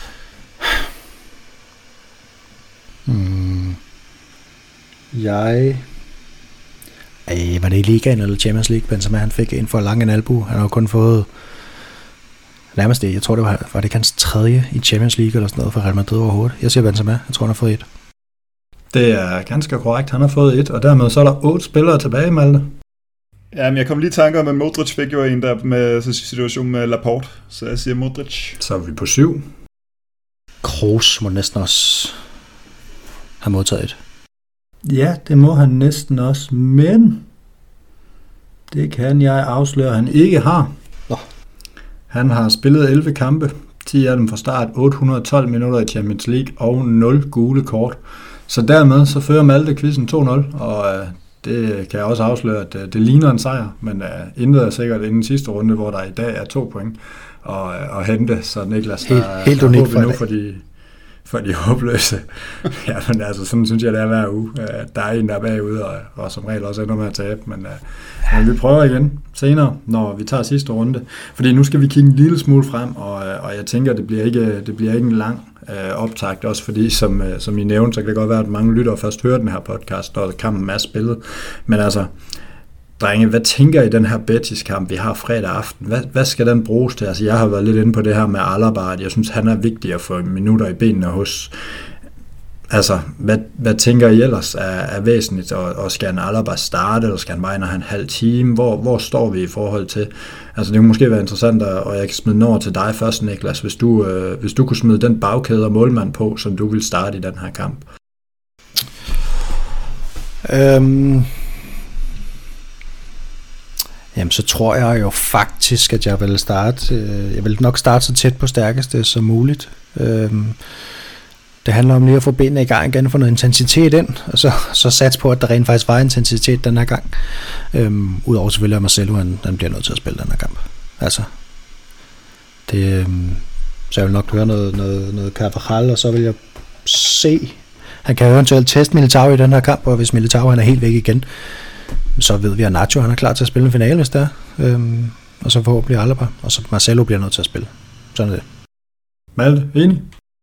Hmm. Jeg... Ej, var det i Ligaen eller Champions League, Benzema han fik en for lang en albu. Han har jo kun fået nærmest det. Jeg tror, det var, var det hans tredje i Champions League eller sådan noget for Real Madrid overhovedet. Jeg siger Benzema. Jeg tror, han har fået et. Det er ganske korrekt. Han har fået et, og dermed så er der otte spillere tilbage, Malte. Jamen, jeg kom lige i tanke om, at Modric fik jo en der med situation med Laporte, så jeg siger Modric. Så er vi på syv. Kroos må næsten også have modtaget et. Ja, det må han næsten også, men det kan jeg afsløre, han ikke har. Nå. Han har spillet elleve kampe, ti af dem fra start, otte hundrede og tolv minutter i Champions League og nul gule kort. Så dermed så fører Malte quizzen to nul, og øh, det kan jeg også afsløre, at øh, det ligner en sejr, men øh, intet er sikkert inden sidste runde, hvor der i dag er to point og, øh, og hente, så Niklas helt, der, helt der unikt håber nu for de, for de håbløse. Ja, men altså, sådan synes jeg, det er hver uge. Der er en, der er bagude, og, og som regel også ender med at tabe, men, uh, men vi prøver igen senere, når vi tager sidste runde. Fordi nu skal vi kigge en lille smule frem, og, og jeg tænker, det bliver ikke, det bliver ikke en lang uh, optakt, også fordi, som, uh, som I nævnte, så kan det godt være, at mange lyttere først hører den her podcast, når kampen er spillet. Men altså, drenge, hvad tænker I den her Betis-kamp, vi har fredag aften? Hvad, hvad skal den bruges til? Altså, jeg har været lidt inde på det her med Alaba, at jeg synes, han er vigtig at få minutter i benene hos. Altså, hvad, hvad tænker I ellers er, er væsentligt? Og, og skal en Alaba starte, eller skal han bare ind og have en halv time? Hvor, hvor står vi i forhold til? Altså, det kunne måske være interessant, og jeg kan smide den over til dig først, Niklas, hvis du, øh, hvis du kunne smide den bagkæde og målmand på, som du vil starte i den her kamp. Øhm... Jamen, så tror jeg jo faktisk, at jeg vil starte, øh, jeg vil nok starte så tæt på stærkeste som muligt. Øhm, det handler om lige at få benene i gang igen, få noget intensitet ind, og så, så sats på, at der rent faktisk var intensitet den her gang. Øhm, Udover selvfølgelig, at Marcelo, han, han bliver nødt til at spille den her kamp. Altså, det, øhm, så jeg vil nok høre noget, noget, noget Carvajal, og så vil jeg se, han kan eventuelt teste Militao i den her kamp, og hvis Militao han er helt væk igen, så ved vi, at Nacho han er klar til at spille en finale, hvis der øhm, og så forhåbentlig Alaba, og så Marcelo bliver nødt til at spille. sådan er det. Malte, enig?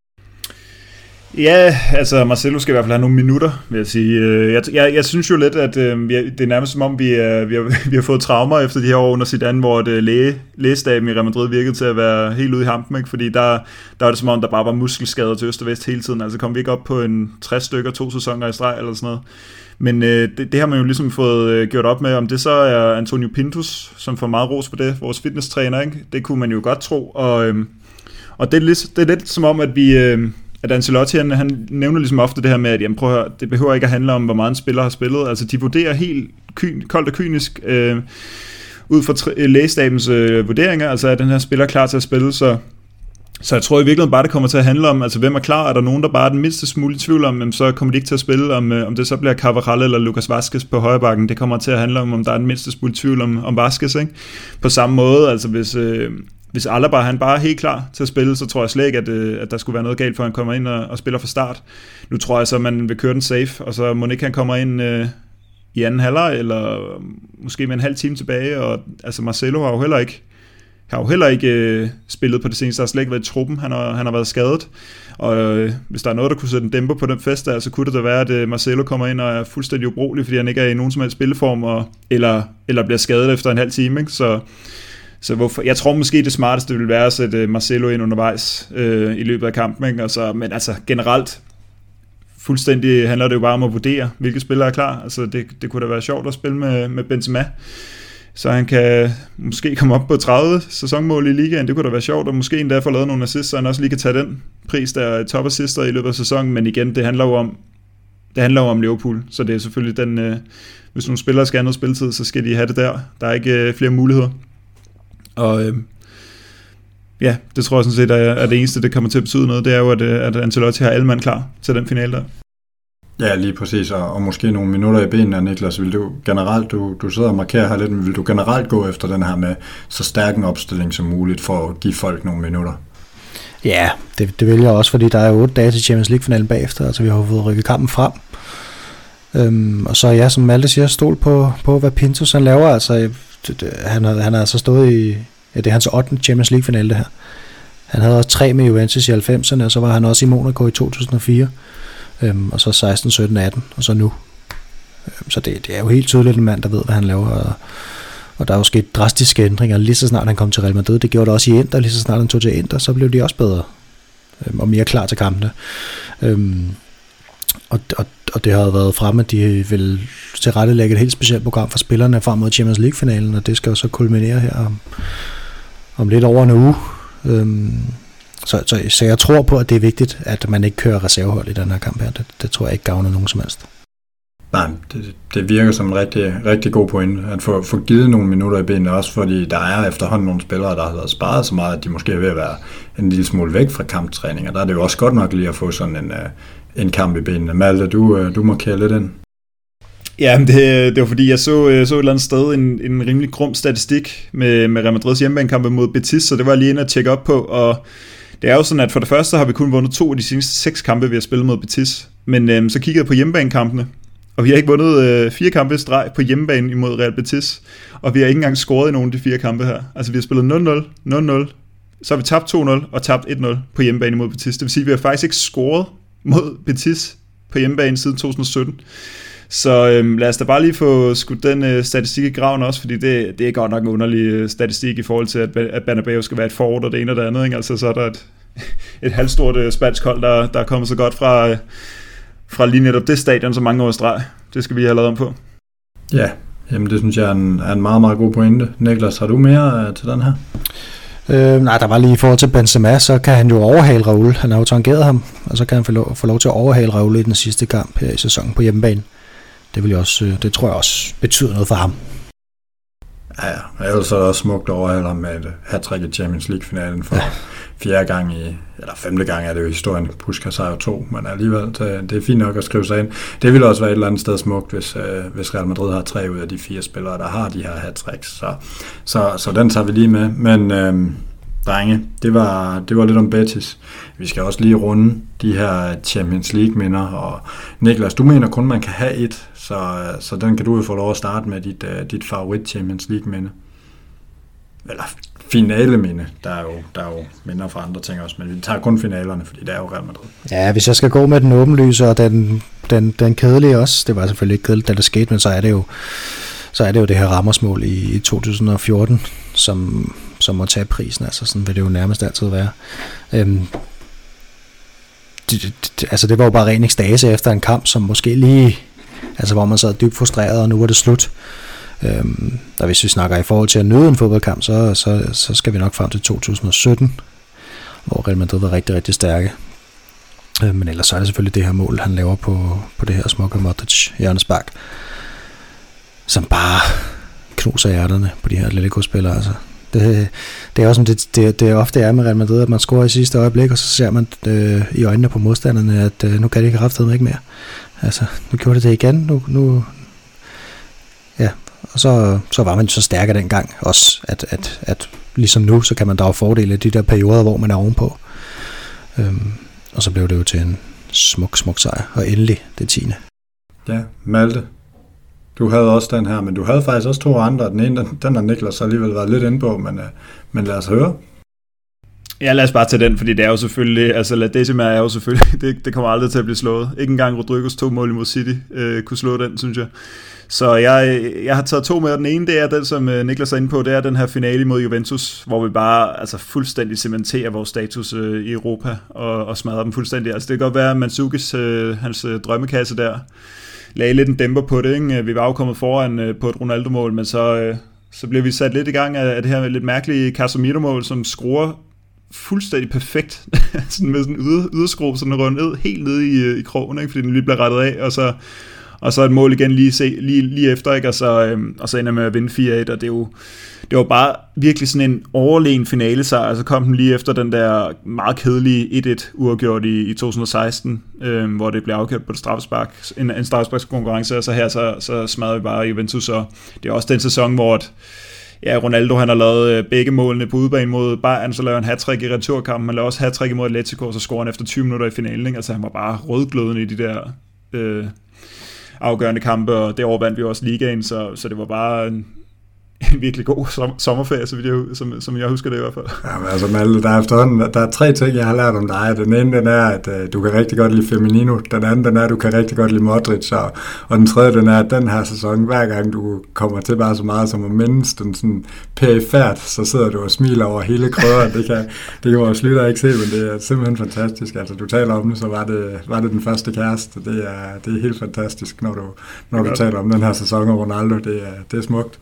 Ja, altså Marcelo skal i hvert fald have nogle minutter, vil jeg sige. Jeg, jeg, jeg synes jo lidt, at øh, det er nærmest som om, vi, er, vi, har, vi har fået traumer efter de her år under Zidane, hvor det læge, lægestaben i Real Madrid virkede til at være helt ude i hampen, ikke? Fordi der, der var det som om, der bare var muskelskader til øst og vest hele tiden. Altså kom vi ikke op på en tres stykker, to sæsoner i streg eller sådan noget. Men øh, det, det har man jo ligesom fået øh, gjort op med, om det så er Antonio Pintus, som får meget ros på det, vores fitnesstræner, ikke? Det kunne man jo godt tro, og, øh, og det, er lidt, det er lidt som om, at vi... Øh, at Ancelotti, han, han nævner ligesom ofte det her med, at jamen, prøv at høre, det behøver ikke at handle om, hvor meget en spiller har spillet. Altså, de vurderer helt kyn, koldt og kynisk øh, ud fra tri- lægestabens øh, vurderinger, altså er den her spiller klar til at spille, så, så jeg tror i virkeligheden bare, det kommer til at handle om, altså hvem er klar, er der nogen, der bare er den mindste smule i tvivl om, jamen, så kommer de ikke til at spille, om, øh, om det så bliver Carvajal eller Lucas Vazquez på højrebakken, det kommer til at handle om, om der er den mindste smule i tvivl om, om Vazquez, ikke? På samme måde, altså hvis... Øh, Hvis Alaba han bare er helt klar til at spille, så tror jeg slet ikke, at, at der skulle være noget galt, for han kommer ind og, og spiller fra start. Nu tror jeg så, at man vil køre den safe, og så må ikke han kommer ind øh, i anden halvleg, eller måske med en halv time tilbage, og altså Marcelo har jo heller ikke, har jo heller ikke øh, spillet på det seneste, der har slet ikke været i truppen, han har, han har været skadet, og øh, hvis der er noget, der kunne sætte en dæmper på den fest der, så kunne det da være, at øh, Marcelo kommer ind og er fuldstændig ubrugelig, fordi han ikke er i nogen som helst spilleform, og, eller, eller bliver skadet efter en halv time, ikke? Så Så hvorfor, jeg tror måske det smarteste ville være at sætte Marcelo ind undervejs øh, i løbet af kampen, ikke? Altså, men altså generelt fuldstændig handler det jo bare om at vurdere, hvilke spillere er klar. Altså det, det kunne da være sjovt at spille med, med Benzema, så han kan måske komme op på tredive sæsonmål i ligaen. Det kunne da være sjovt, og måske endda få lavet nogle assists, så han også lige kan tage den pris, der er top assister i løbet af sæsonen. Men igen, det handler jo om det handler jo om Liverpool, så det er selvfølgelig den, øh, hvis nogle spillere skal have noget spilletid, så skal de have det der. Der er ikke øh, flere muligheder. Og øh, ja, det tror jeg sådan set er, er det eneste, det kommer til at betyde noget, det er jo, at, at Ancelotti har alle mand klar til den finale der. Ja, lige præcis, og, og måske nogle minutter i benene, Niklas. Vil du generelt, du, du sidder og markerer her lidt, men vil du generelt gå efter den her med så stærk en opstilling som muligt for at give folk nogle minutter? Ja, det, det vil jeg også, fordi der er otte dage til Champions League-finalen bagefter, altså vi har fået rykket kampen frem. Øhm, og så ja, som Malte siger, stol på, på hvad Pintus han laver, altså det, det, han, har, han har altså stået i, ja, det er hans ottende Champions League-finale det her. Han havde også tre med Juventus i halvfemserne, og så var han også i Monaco i to tusind og fire, øhm, og så seksten, sytten, atten, og så nu. Øhm, så det, det er jo helt tydeligt en mand, der ved, hvad han laver, og, og der er jo sket drastiske ændringer, lige så snart han kom til Real Madrid. Det gjorde det også i Inter, lige så snart han tog til Inter, så blev de også bedre, øhm, og mere klar til kampene. Øhm, og, og, og det har været fremme, at de vil tilrettelægge et helt specielt program for spillerne frem mod Champions League-finalen, og det skal jo så kulminere her om, om lidt over en uge. Øhm, så, så, så jeg tror på, at det er vigtigt, at man ikke kører reservehold i den her kamp her. Det, det tror jeg ikke gavner nogen som helst. Nej, det, det virker som en rigtig, rigtig god pointe, at få, få givet nogle minutter i benene, også fordi der er efterhånden nogle spillere, der har været sparet så meget, at de måske er ved at være en lille smule væk fra kamptræninger. Der er det jo også godt nok lige at få sådan en, en kamp i benene. Malte, du, du markerer lidt ind. Ja, det, det var fordi, jeg så, så et eller andet sted en, en rimelig grum statistik med, med Real Madrids hjemmebanekampe mod Betis, så det var lige inde at tjekke op på, og det er jo sådan, at for det første har vi kun vundet to af de seneste seks kampe, vi har spillet mod Betis, men øhm, så kiggede jeg på hjemmebanekampene, og vi har ikke vundet øh, fire kampe i streg på hjemmebane imod Real Betis, og vi har ikke engang scoret i nogen af de fire kampe her. Altså vi har spillet nul nul, nul nul, så har vi tabt to nul og tabt et nul på hjemmebane imod Betis. Det vil sige, at vi har faktisk ikke scoret mod Betis på hjemmebane siden to tusind og sytten. Så øhm, lad os da bare lige få skudt den øh, statistik i graven også, fordi det, det er godt nok en underlig øh, statistik i forhold til, at, at Bernabeu skal være et fort, og det ene og det andet. Ikke? Altså så er der et, et halvstort øh, spansk hold, der, der er kommet så godt fra, øh, fra lige netop det stadion, så mange år i streg. Det skal vi have lavet om på. Ja, jamen det synes jeg er en, er en meget, meget god pointe. Niklas, har du mere øh, til den her? Øh, nej, der var lige i forhold til Benzema, så kan han jo overhale Raul. Han har jo tangeret ham, og så kan han få lov, få lov til at overhale Raul i den sidste kamp her i sæsonen på hjemmebane. Det, vil jeg også, det tror jeg også betyder noget for ham. Ja, ja. Ellers er det også smukt overhaler ham med et hat-trick i Champions League-finalen for ja. fjerde gang i, eller femte gang er det jo historien. Puskas har jo to, men alligevel, det er fint nok at skrive sig ind. Det ville også være et eller andet sted smukt, hvis, øh, hvis Real Madrid har tre ud af de fire spillere, der har de her hat-tricks. Så, så, så den tager vi lige med. Men øh, drenge, det var, det var lidt om Betis. Vi skal også lige runde de her Champions League-minder, og Niklas, du mener kun, man kan have et, så, så den kan du jo få lov at starte med dit, dit favorit Champions League-minde. Eller finaleminde. Der er, jo, der er jo minder fra andre ting også, men vi tager kun finalerne, fordi det er jo Real Madrid. Ja, hvis jeg skal gå med den åbenlyse og den, den, den kedelige også, det var selvfølgelig ikke kedeligt, da det skete, men så er det jo, så er det, jo det her Ramos-mål i, i to tusind og fjorten, som, som må tage prisen, altså sådan vil det jo nærmest altid være. Øhm, det, det, altså det var jo bare ren ekstase efter en kamp, som måske lige, altså hvor man sad dybt frustreret, og nu var det slut. Øhm, og hvis vi snakker i forhold til at nyde en fodboldkamp, så, så, så skal vi nok frem til to tusind og sytten, hvor Real Madrid var rigtig, rigtig stærke. Øhm, men ellers så er det selvfølgelig det her mål, han laver på, på det her smukke Modric hjørnespark, som bare knuser hjerterne på de her Atletico-spillere. Altså. Det, det er også det, det, det ofte er med Real Madrid, at man scorer i sidste øjeblik, og så ser man øh, i øjnene på modstanderne, at øh, nu kan det ikke kraftedeme ikke mere. Altså, nu gjorde det det igen, nu, nu ja, og så, så var man så stærkere dengang også, at, at, at ligesom nu, så kan man drage fordele af de der perioder, hvor man er ovenpå. Øhm, og så blev det jo til en smuk, smuk sejr, og endelig det tiende. Ja, Malte, du havde også den her, men du havde faktisk også to andre. Den ene, den, den har Niklas så alligevel været lidt inde på, men, men lad os høre. Ja, lad os bare tage den, fordi det er jo selvfølgelig, altså La Decima er jo selvfølgelig, det, det kommer aldrig til at blive slået. Ikke engang Rodrigos to mål imod City øh, kunne slå den, synes jeg. Så jeg, jeg har taget to med, og den ene, det er den, som Niklas er inde på, det er den her finale mod Juventus, hvor vi bare altså, fuldstændig cementerer vores status øh, i Europa, og, og smadrer dem fuldstændig. Altså det kan godt være, at Mandzukis, øh, hans øh, drømmekasse der, lagde lidt en dæmper på det, ikke? Vi var jo kommet foran øh, på et Ronaldo-mål, men så, øh, så blev vi sat lidt i gang af, af det her lidt mærkelige Casemiro-mål, som skruer fuldstændig perfekt, sådan med sådan en yder, yderskrue, sådan rundt ned, helt nede i, i krogen, ikke? Fordi den lige bliver rettet af, og så, og så et mål igen lige, se, lige, lige efter, ikke? Og, så, øhm, og så ender med at vinde fire et, og det er jo det var bare virkelig sådan en overlegen finale sejr, og så kom den lige efter den der meget kedelige et et uafgjort i, i to tusind og seksten, øhm, hvor det blev afgjort på et straffespark, en, en straffesparkskonkurrence, og så her så, så smadrede vi bare Juventus, og det er også den sæson, hvor at, ja, Ronaldo han har lavet begge målene på udebane mod Bayern, så laver han hat-trick i returkampen, han laver også hat-trick imod Atletico, og så scorer han efter tyve minutter i finalen, ikke? Altså han var bare rødglødende i de der øh, afgørende kampe, og det overvandt vi også ligaen, så, så det var bare en, en virkelig god som, sommerferie, så vidt jeg, som, som jeg husker det i hvert fald. Jamen altså Malte, der er efterhånden, der er tre ting, jeg har lært om dig. Den ene, den er, at uh, du kan rigtig godt lide Firmino. Den anden, den er, at du kan rigtig godt lide Modric. Og, og den tredje, den er, at den her sæson, hver gang du kommer til bare så meget som at mindes den sådan perifært, så sidder du og smiler over hele krøderen. Det kan, det kan vores lytter ikke se, men det er simpelthen fantastisk. Altså du taler om det, så var det, var det den første kæreste. Det er, det er helt fantastisk, når du, når du taler om den her sæson og Ronaldo. Det er, det er smukt.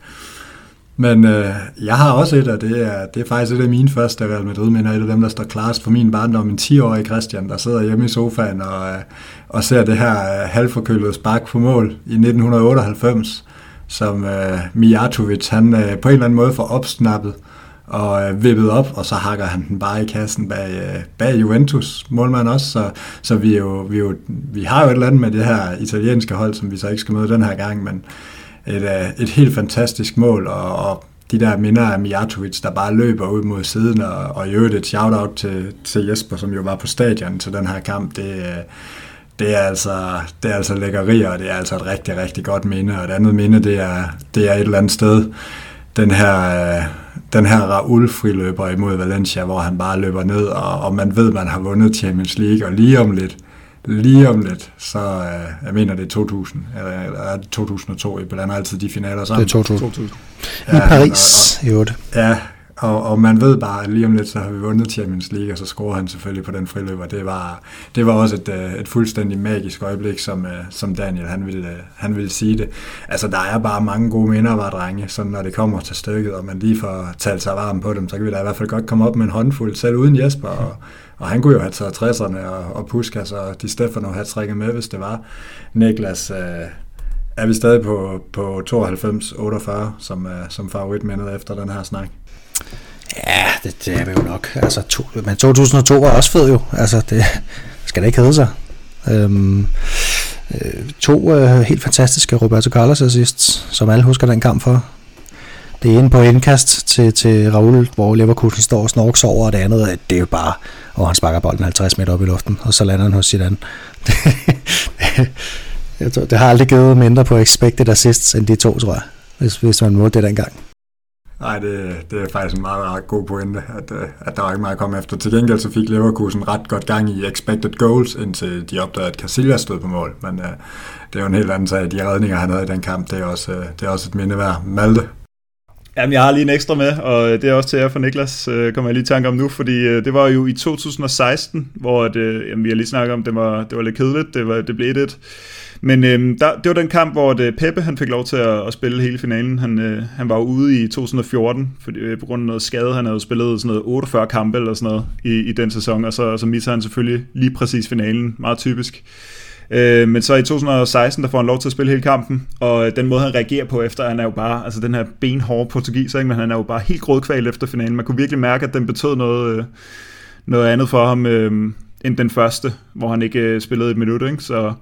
Men øh, jeg har også et, og det er, det er faktisk et af mine første Real Madrid-minder, et af dem, der står klarest for min barndom, en ti-årig Christian, der sidder hjemme i sofaen og, øh, og ser det her øh, halvforkølede spark på mål i nitten otteoghalvfems, som øh, Mijatovic, han øh, på en eller anden måde får opsnappet og øh, vippet op, og så hakker han den bare i kassen bag, øh, bag Juventus målmand også, så, så vi, jo, vi, jo, vi har jo et eller andet med det her italienske hold, som vi så ikke skal møde den her gang, men Et, et helt fantastisk mål, og, og de der minder af Mijatovic, der bare løber ud mod siden, og, og i øvrigt et shout-out til, til Jesper, som jo var på stadion til den her kamp, det, det, er, altså, det er altså lækkerier, og det er altså et rigtig, rigtig godt minde, og et andet minde, det er, det er et eller andet sted, den her, den her Raúl-friløber imod Valencia, hvor han bare løber ned, og, og man ved, man har vundet Champions League, og lige om lidt, Lige om lidt, så øh, jeg mener det er to tusind, eller, eller to tusind og to, I blander altid de finaler sammen. Det er to tusind. Ja, i Paris, og, og, i otte. Ja, og, og man ved bare, at lige om lidt, så har vi vundet Champions League, og så scorer han selvfølgelig på den friløber. Det var, det var også et, et fuldstændig magisk øjeblik, som, som Daniel, han ville, han ville sige det. Altså, der er bare mange gode minder, var drenge, så når det kommer til stykket, og man lige får talt sig varm på dem, så kan vi da i hvert fald godt komme op med en håndfuld, selv uden Jesper, og Og han kunne jo have taget tresserne og, og Puskas og Di Stefano have trækket med, hvis det var. Niklas, øh, er vi stadig på, på tooghalvfems otteogfyrre som, øh, som favoritmindet efter den her snak? Ja, det, det er vi jo nok. Altså, to, men to tusind og to var også fed jo. Altså, det skal da ikke hedde sig. Øhm, øh, to øh, helt fantastiske Roberto Carlos assists, som alle husker den kamp for. Det ene på indkast til, til Raúl, hvor Leverkusen står og snorks over, og det andet, det er jo bare, og han sparker bolden halvtreds meter op i luften, og så lander han hos Zidane. Det, det har aldrig givet mindre på expected assists end de to, tror jeg, hvis, hvis man målte det dengang. Nej, det, det er faktisk en meget, meget god pointe, at, at der var ikke meget at komme efter. Til gengæld så fik Leverkusen ret godt gang i expected goals, indtil de opdagede, at Casillas stod på mål. Men uh, det er jo en helt anden sag. De redninger, han havde i den kamp, det er også, uh, det er også et minde værd. Malte? Jamen, jeg har lige en ekstra med, og det er også til jer for Niklas, øh, kommer jeg lige i tanke om nu, fordi øh, det var jo i to tusind og seksten, hvor at, øh, jamen, vi har lige snakket om, det var, det var lidt kedeligt, det, var, det blev et et. Men øh, der, det var den kamp, hvor det, Pepe han fik lov til at, at spille hele finalen. Han, øh, han var ude i to tusind og fjorten, fordi, øh, på grund af noget skade. Han havde spillet sådan noget otteogfyrre kampe eller sådan noget i, i den sæson, og så, så misser han selvfølgelig lige præcis finalen, meget typisk. Øh, men så i to tusind og seksten, der får han lov til at spille hele kampen, og den måde han reagerer på efter, han er jo bare, altså den her benhårde portugiser, ikke? Men han er jo bare helt grådkval efter finalen. Man kunne virkelig mærke, at den betød noget, øh, noget andet for ham, øh, end den første, hvor han ikke øh, spillede et minut, ikke? Så,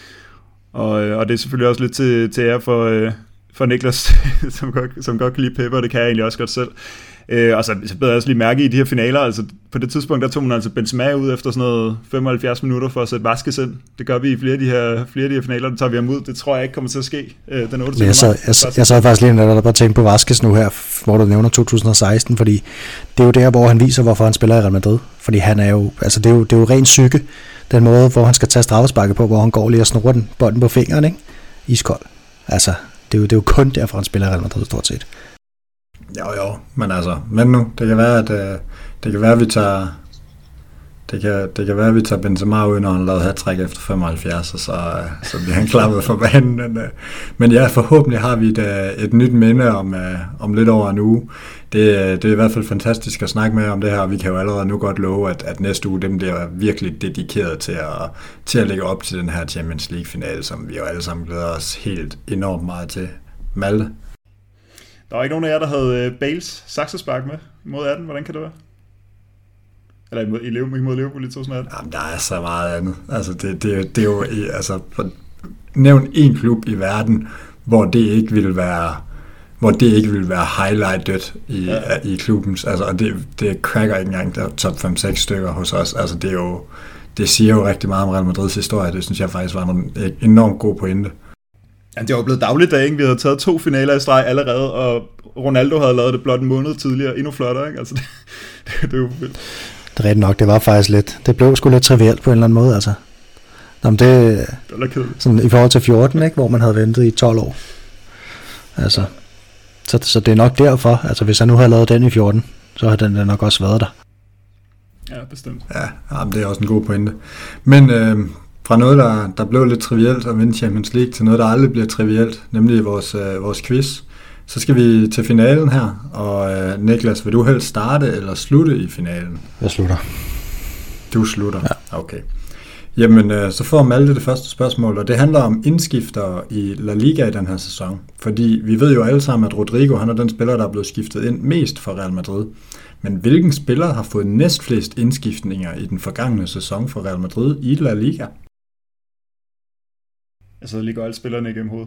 og, og det er selvfølgelig også lidt til, til ære for, øh, for Niklas, som, godt, som godt kan lide Pepe, og det kan jeg egentlig også godt selv. Øh, og så, så blev jeg også lige mærke i de her finaler, altså på det tidspunkt, der tog man altså Benzema ud efter sådan noget femoghalvfjerds minutter for at sætte Vasquez ind. Det gør vi i flere af de her, flere af de her finaler, der tager vi ham ud. Det tror jeg ikke kommer til at ske øh, den otteogtyvende Jeg sad, jeg, jeg sad faktisk lige der bare tænkte på Vasquez nu her, hvor du nævner to tusind og seksten, fordi det er jo der, hvor han viser, hvorfor han spiller i Real Madrid. Fordi han er jo, altså det er jo, det er jo ren psyke, den måde, hvor han skal tage straffesparket på, hvor han går lige og snurrer den, bolden på fingeren, ikke? Iskold. Altså, det er jo, det er jo kun derfor, han spiller i Real Madrid stort set. Jo, jo, men altså, men nu, det kan være, at øh, det kan være, at vi tager, det kan, det kan være, at vi tager Benzema ud, når han lavede hat-trick efter femoghalvfjerds, og så, øh, så bliver han klappet for banen. Men, øh, men ja, forhåbentlig har vi et, øh, et nyt minde om, øh, om lidt over en uge. Det, det er i hvert fald fantastisk at snakke med om det her, og vi kan jo allerede nu godt love, at, at næste uge, dem bliver virkelig dedikeret til at, til at lægge op til den her Champions League-finale, som vi jo alle sammen glæder os helt enormt meget til. Malte? Der var ikke nogen af jer, der havde Bales saksespark med mod atten. Hvordan kan det være? Eller imod, imod Liverpool i to tusind og atten? Jamen, der er så meget andet. Altså, det, det, det er jo... Altså, nævn en klub i verden, hvor det ikke ville være... hvor det ikke ville være highlightet i, ja. i klubbens... Altså, og det, det cracker ikke engang der top fem seks stykker hos os. Altså, det er jo... Det siger jo rigtig meget om Real Madrids historie. Det synes jeg faktisk var en enormt god pointe. Ja, det var blevet dagligt dag, ikke? Vi havde taget to finaler i streg allerede, og Ronaldo havde lavet det blot en måned tidligere, endnu flottere, ikke? Altså, det, det, det er jo vildt. Det er rigtigt nok, det var faktisk lidt, det blev sgu lidt trivielt på en eller anden måde, altså. Jamen det, det var sådan i forhold til fjorten, ikke? Hvor man havde ventet i tolv år. Altså, ja. så, så det er nok derfor, altså hvis jeg nu havde lavet den i fjorten, så har den nok også været der. Ja, bestemt. Ja, jamen, det er også en god pointe. Men... Øh, fra noget, der, der blev lidt trivielt at vinde Champions League, til noget, der aldrig bliver trivielt, nemlig vores, øh, vores quiz. Så skal vi til finalen her, og øh, Niklas, vil du helst starte eller slutte i finalen? Jeg slutter. Du slutter? Ja. Okay. Jamen, øh, så får Malte det første spørgsmål, og det handler om indskiftere i La Liga i den her sæson. Fordi vi ved jo alle sammen, at Rodrigo, han er den spiller, der er blevet skiftet ind mest for Real Madrid. Men hvilken spiller har fået næstflest indskiftninger i den forgangne sæson for Real Madrid i La Liga? Altså, lige går alle spillerne igennem hovedet.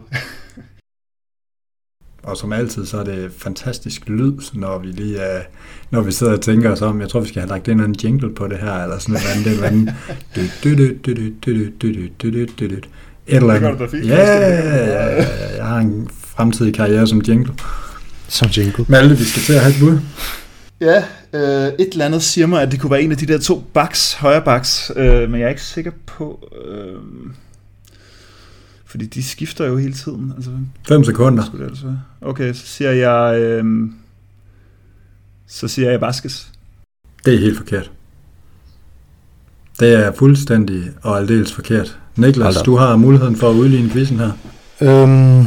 Og som altid, så er det fantastisk lyd, når vi lige uh, når vi sidder og tænker os om. Jeg tror, vi skal have lagt en jingle på det her, eller sådan noget andet. Et eller andet. Ja, jeg har en fremtidig karriere som jingle. Som jingle. Malte, vi skal til at have et bud. Ja, øh, et eller andet siger mig, at det kunne være en af de der to backs, højre backs, øh, men jeg er ikke sikker på... Øh... Fordi de skifter jo hele tiden. Altså, Fem sekunder. Okay, så siger jeg... Øh, så siger jeg Vasquez. Det er helt forkert. Det er fuldstændig og aldeles forkert. Niklas, du har muligheden for at udligne quizzen her. Øhm,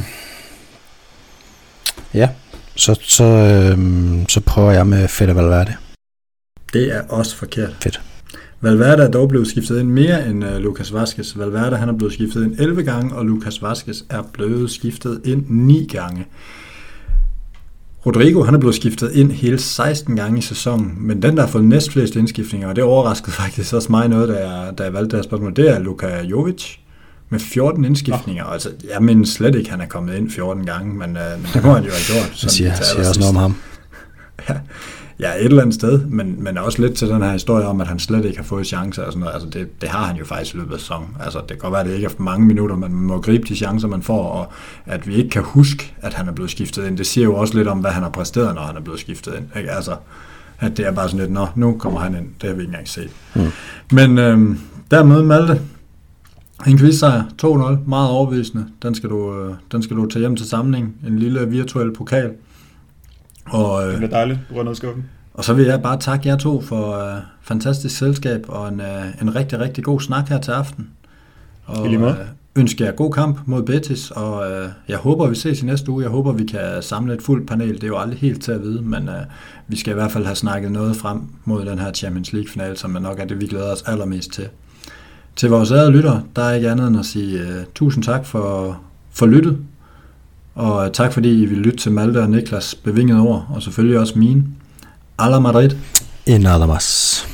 ja, så, så, øhm, så prøver jeg med Fede Valverde. Det er også forkert. Fedt. Valverde er dog blevet skiftet ind mere end uh, Lucas Vazquez. Valverde han er blevet skiftet ind elleve gange, og Lucas Vazquez er blevet skiftet ind ni gange. Rodrigo han er blevet skiftet ind hele seksten gange i sæsonen, men den der har fået næstflest indskiftninger, og det overraskede faktisk også mig noget, da jeg, da jeg valgte det her spørgsmål, det er Luka Jovic med fjorten indskiftninger. Oh. Altså, jeg mener slet ikke, han er kommet ind fjorten gange, men, uh, men det må han jo have gjort. Det siger, siger også noget om ham. Ja. ja, et eller andet sted, men, men også lidt til den her historie om, at han slet ikke har fået chancer og sådan noget. Altså det, det har han jo faktisk i løbet af sæsonen. Altså det kan godt være, at det ikke er for mange minutter, men man må gribe de chancer, man får, og at vi ikke kan huske, at han er blevet skiftet ind. Det siger jo også lidt om, hvad han har præsteret, når han er blevet skiftet ind. Ikke? Altså, at det er bare sådan lidt, nå, nu kommer han ind. Det har vi ikke engang set. Mm. Men øhm, dermed, Malte, en quizsejr, to nul, meget overbevisende. Den skal du, øh, den skal du tage hjem til samling. En lille virtuel pokal. Og, øh, det bliver dejligt, du rønner skuffen. Og så vil jeg bare takke jer to for øh, fantastisk selskab og en, øh, en rigtig, rigtig god snak her til aften. Og øh, ønsker jer god kamp mod Betis, og øh, jeg håber, vi ses i næste uge. Jeg håber, vi kan samle et fuldt panel. Det er jo aldrig helt til at vide, men øh, vi skal i hvert fald have snakket noget frem mod den her Champions League-finale, som er nok er det, vi glæder os allermest til. Til vores ærede lyttere, der er ikke andet end at sige uh, tusind tak for, for lyttet, og uh, tak fordi I vil lytte til Malte og Niklas bevingede ord, og selvfølgelig også mine. Alla Madrid. En nada más.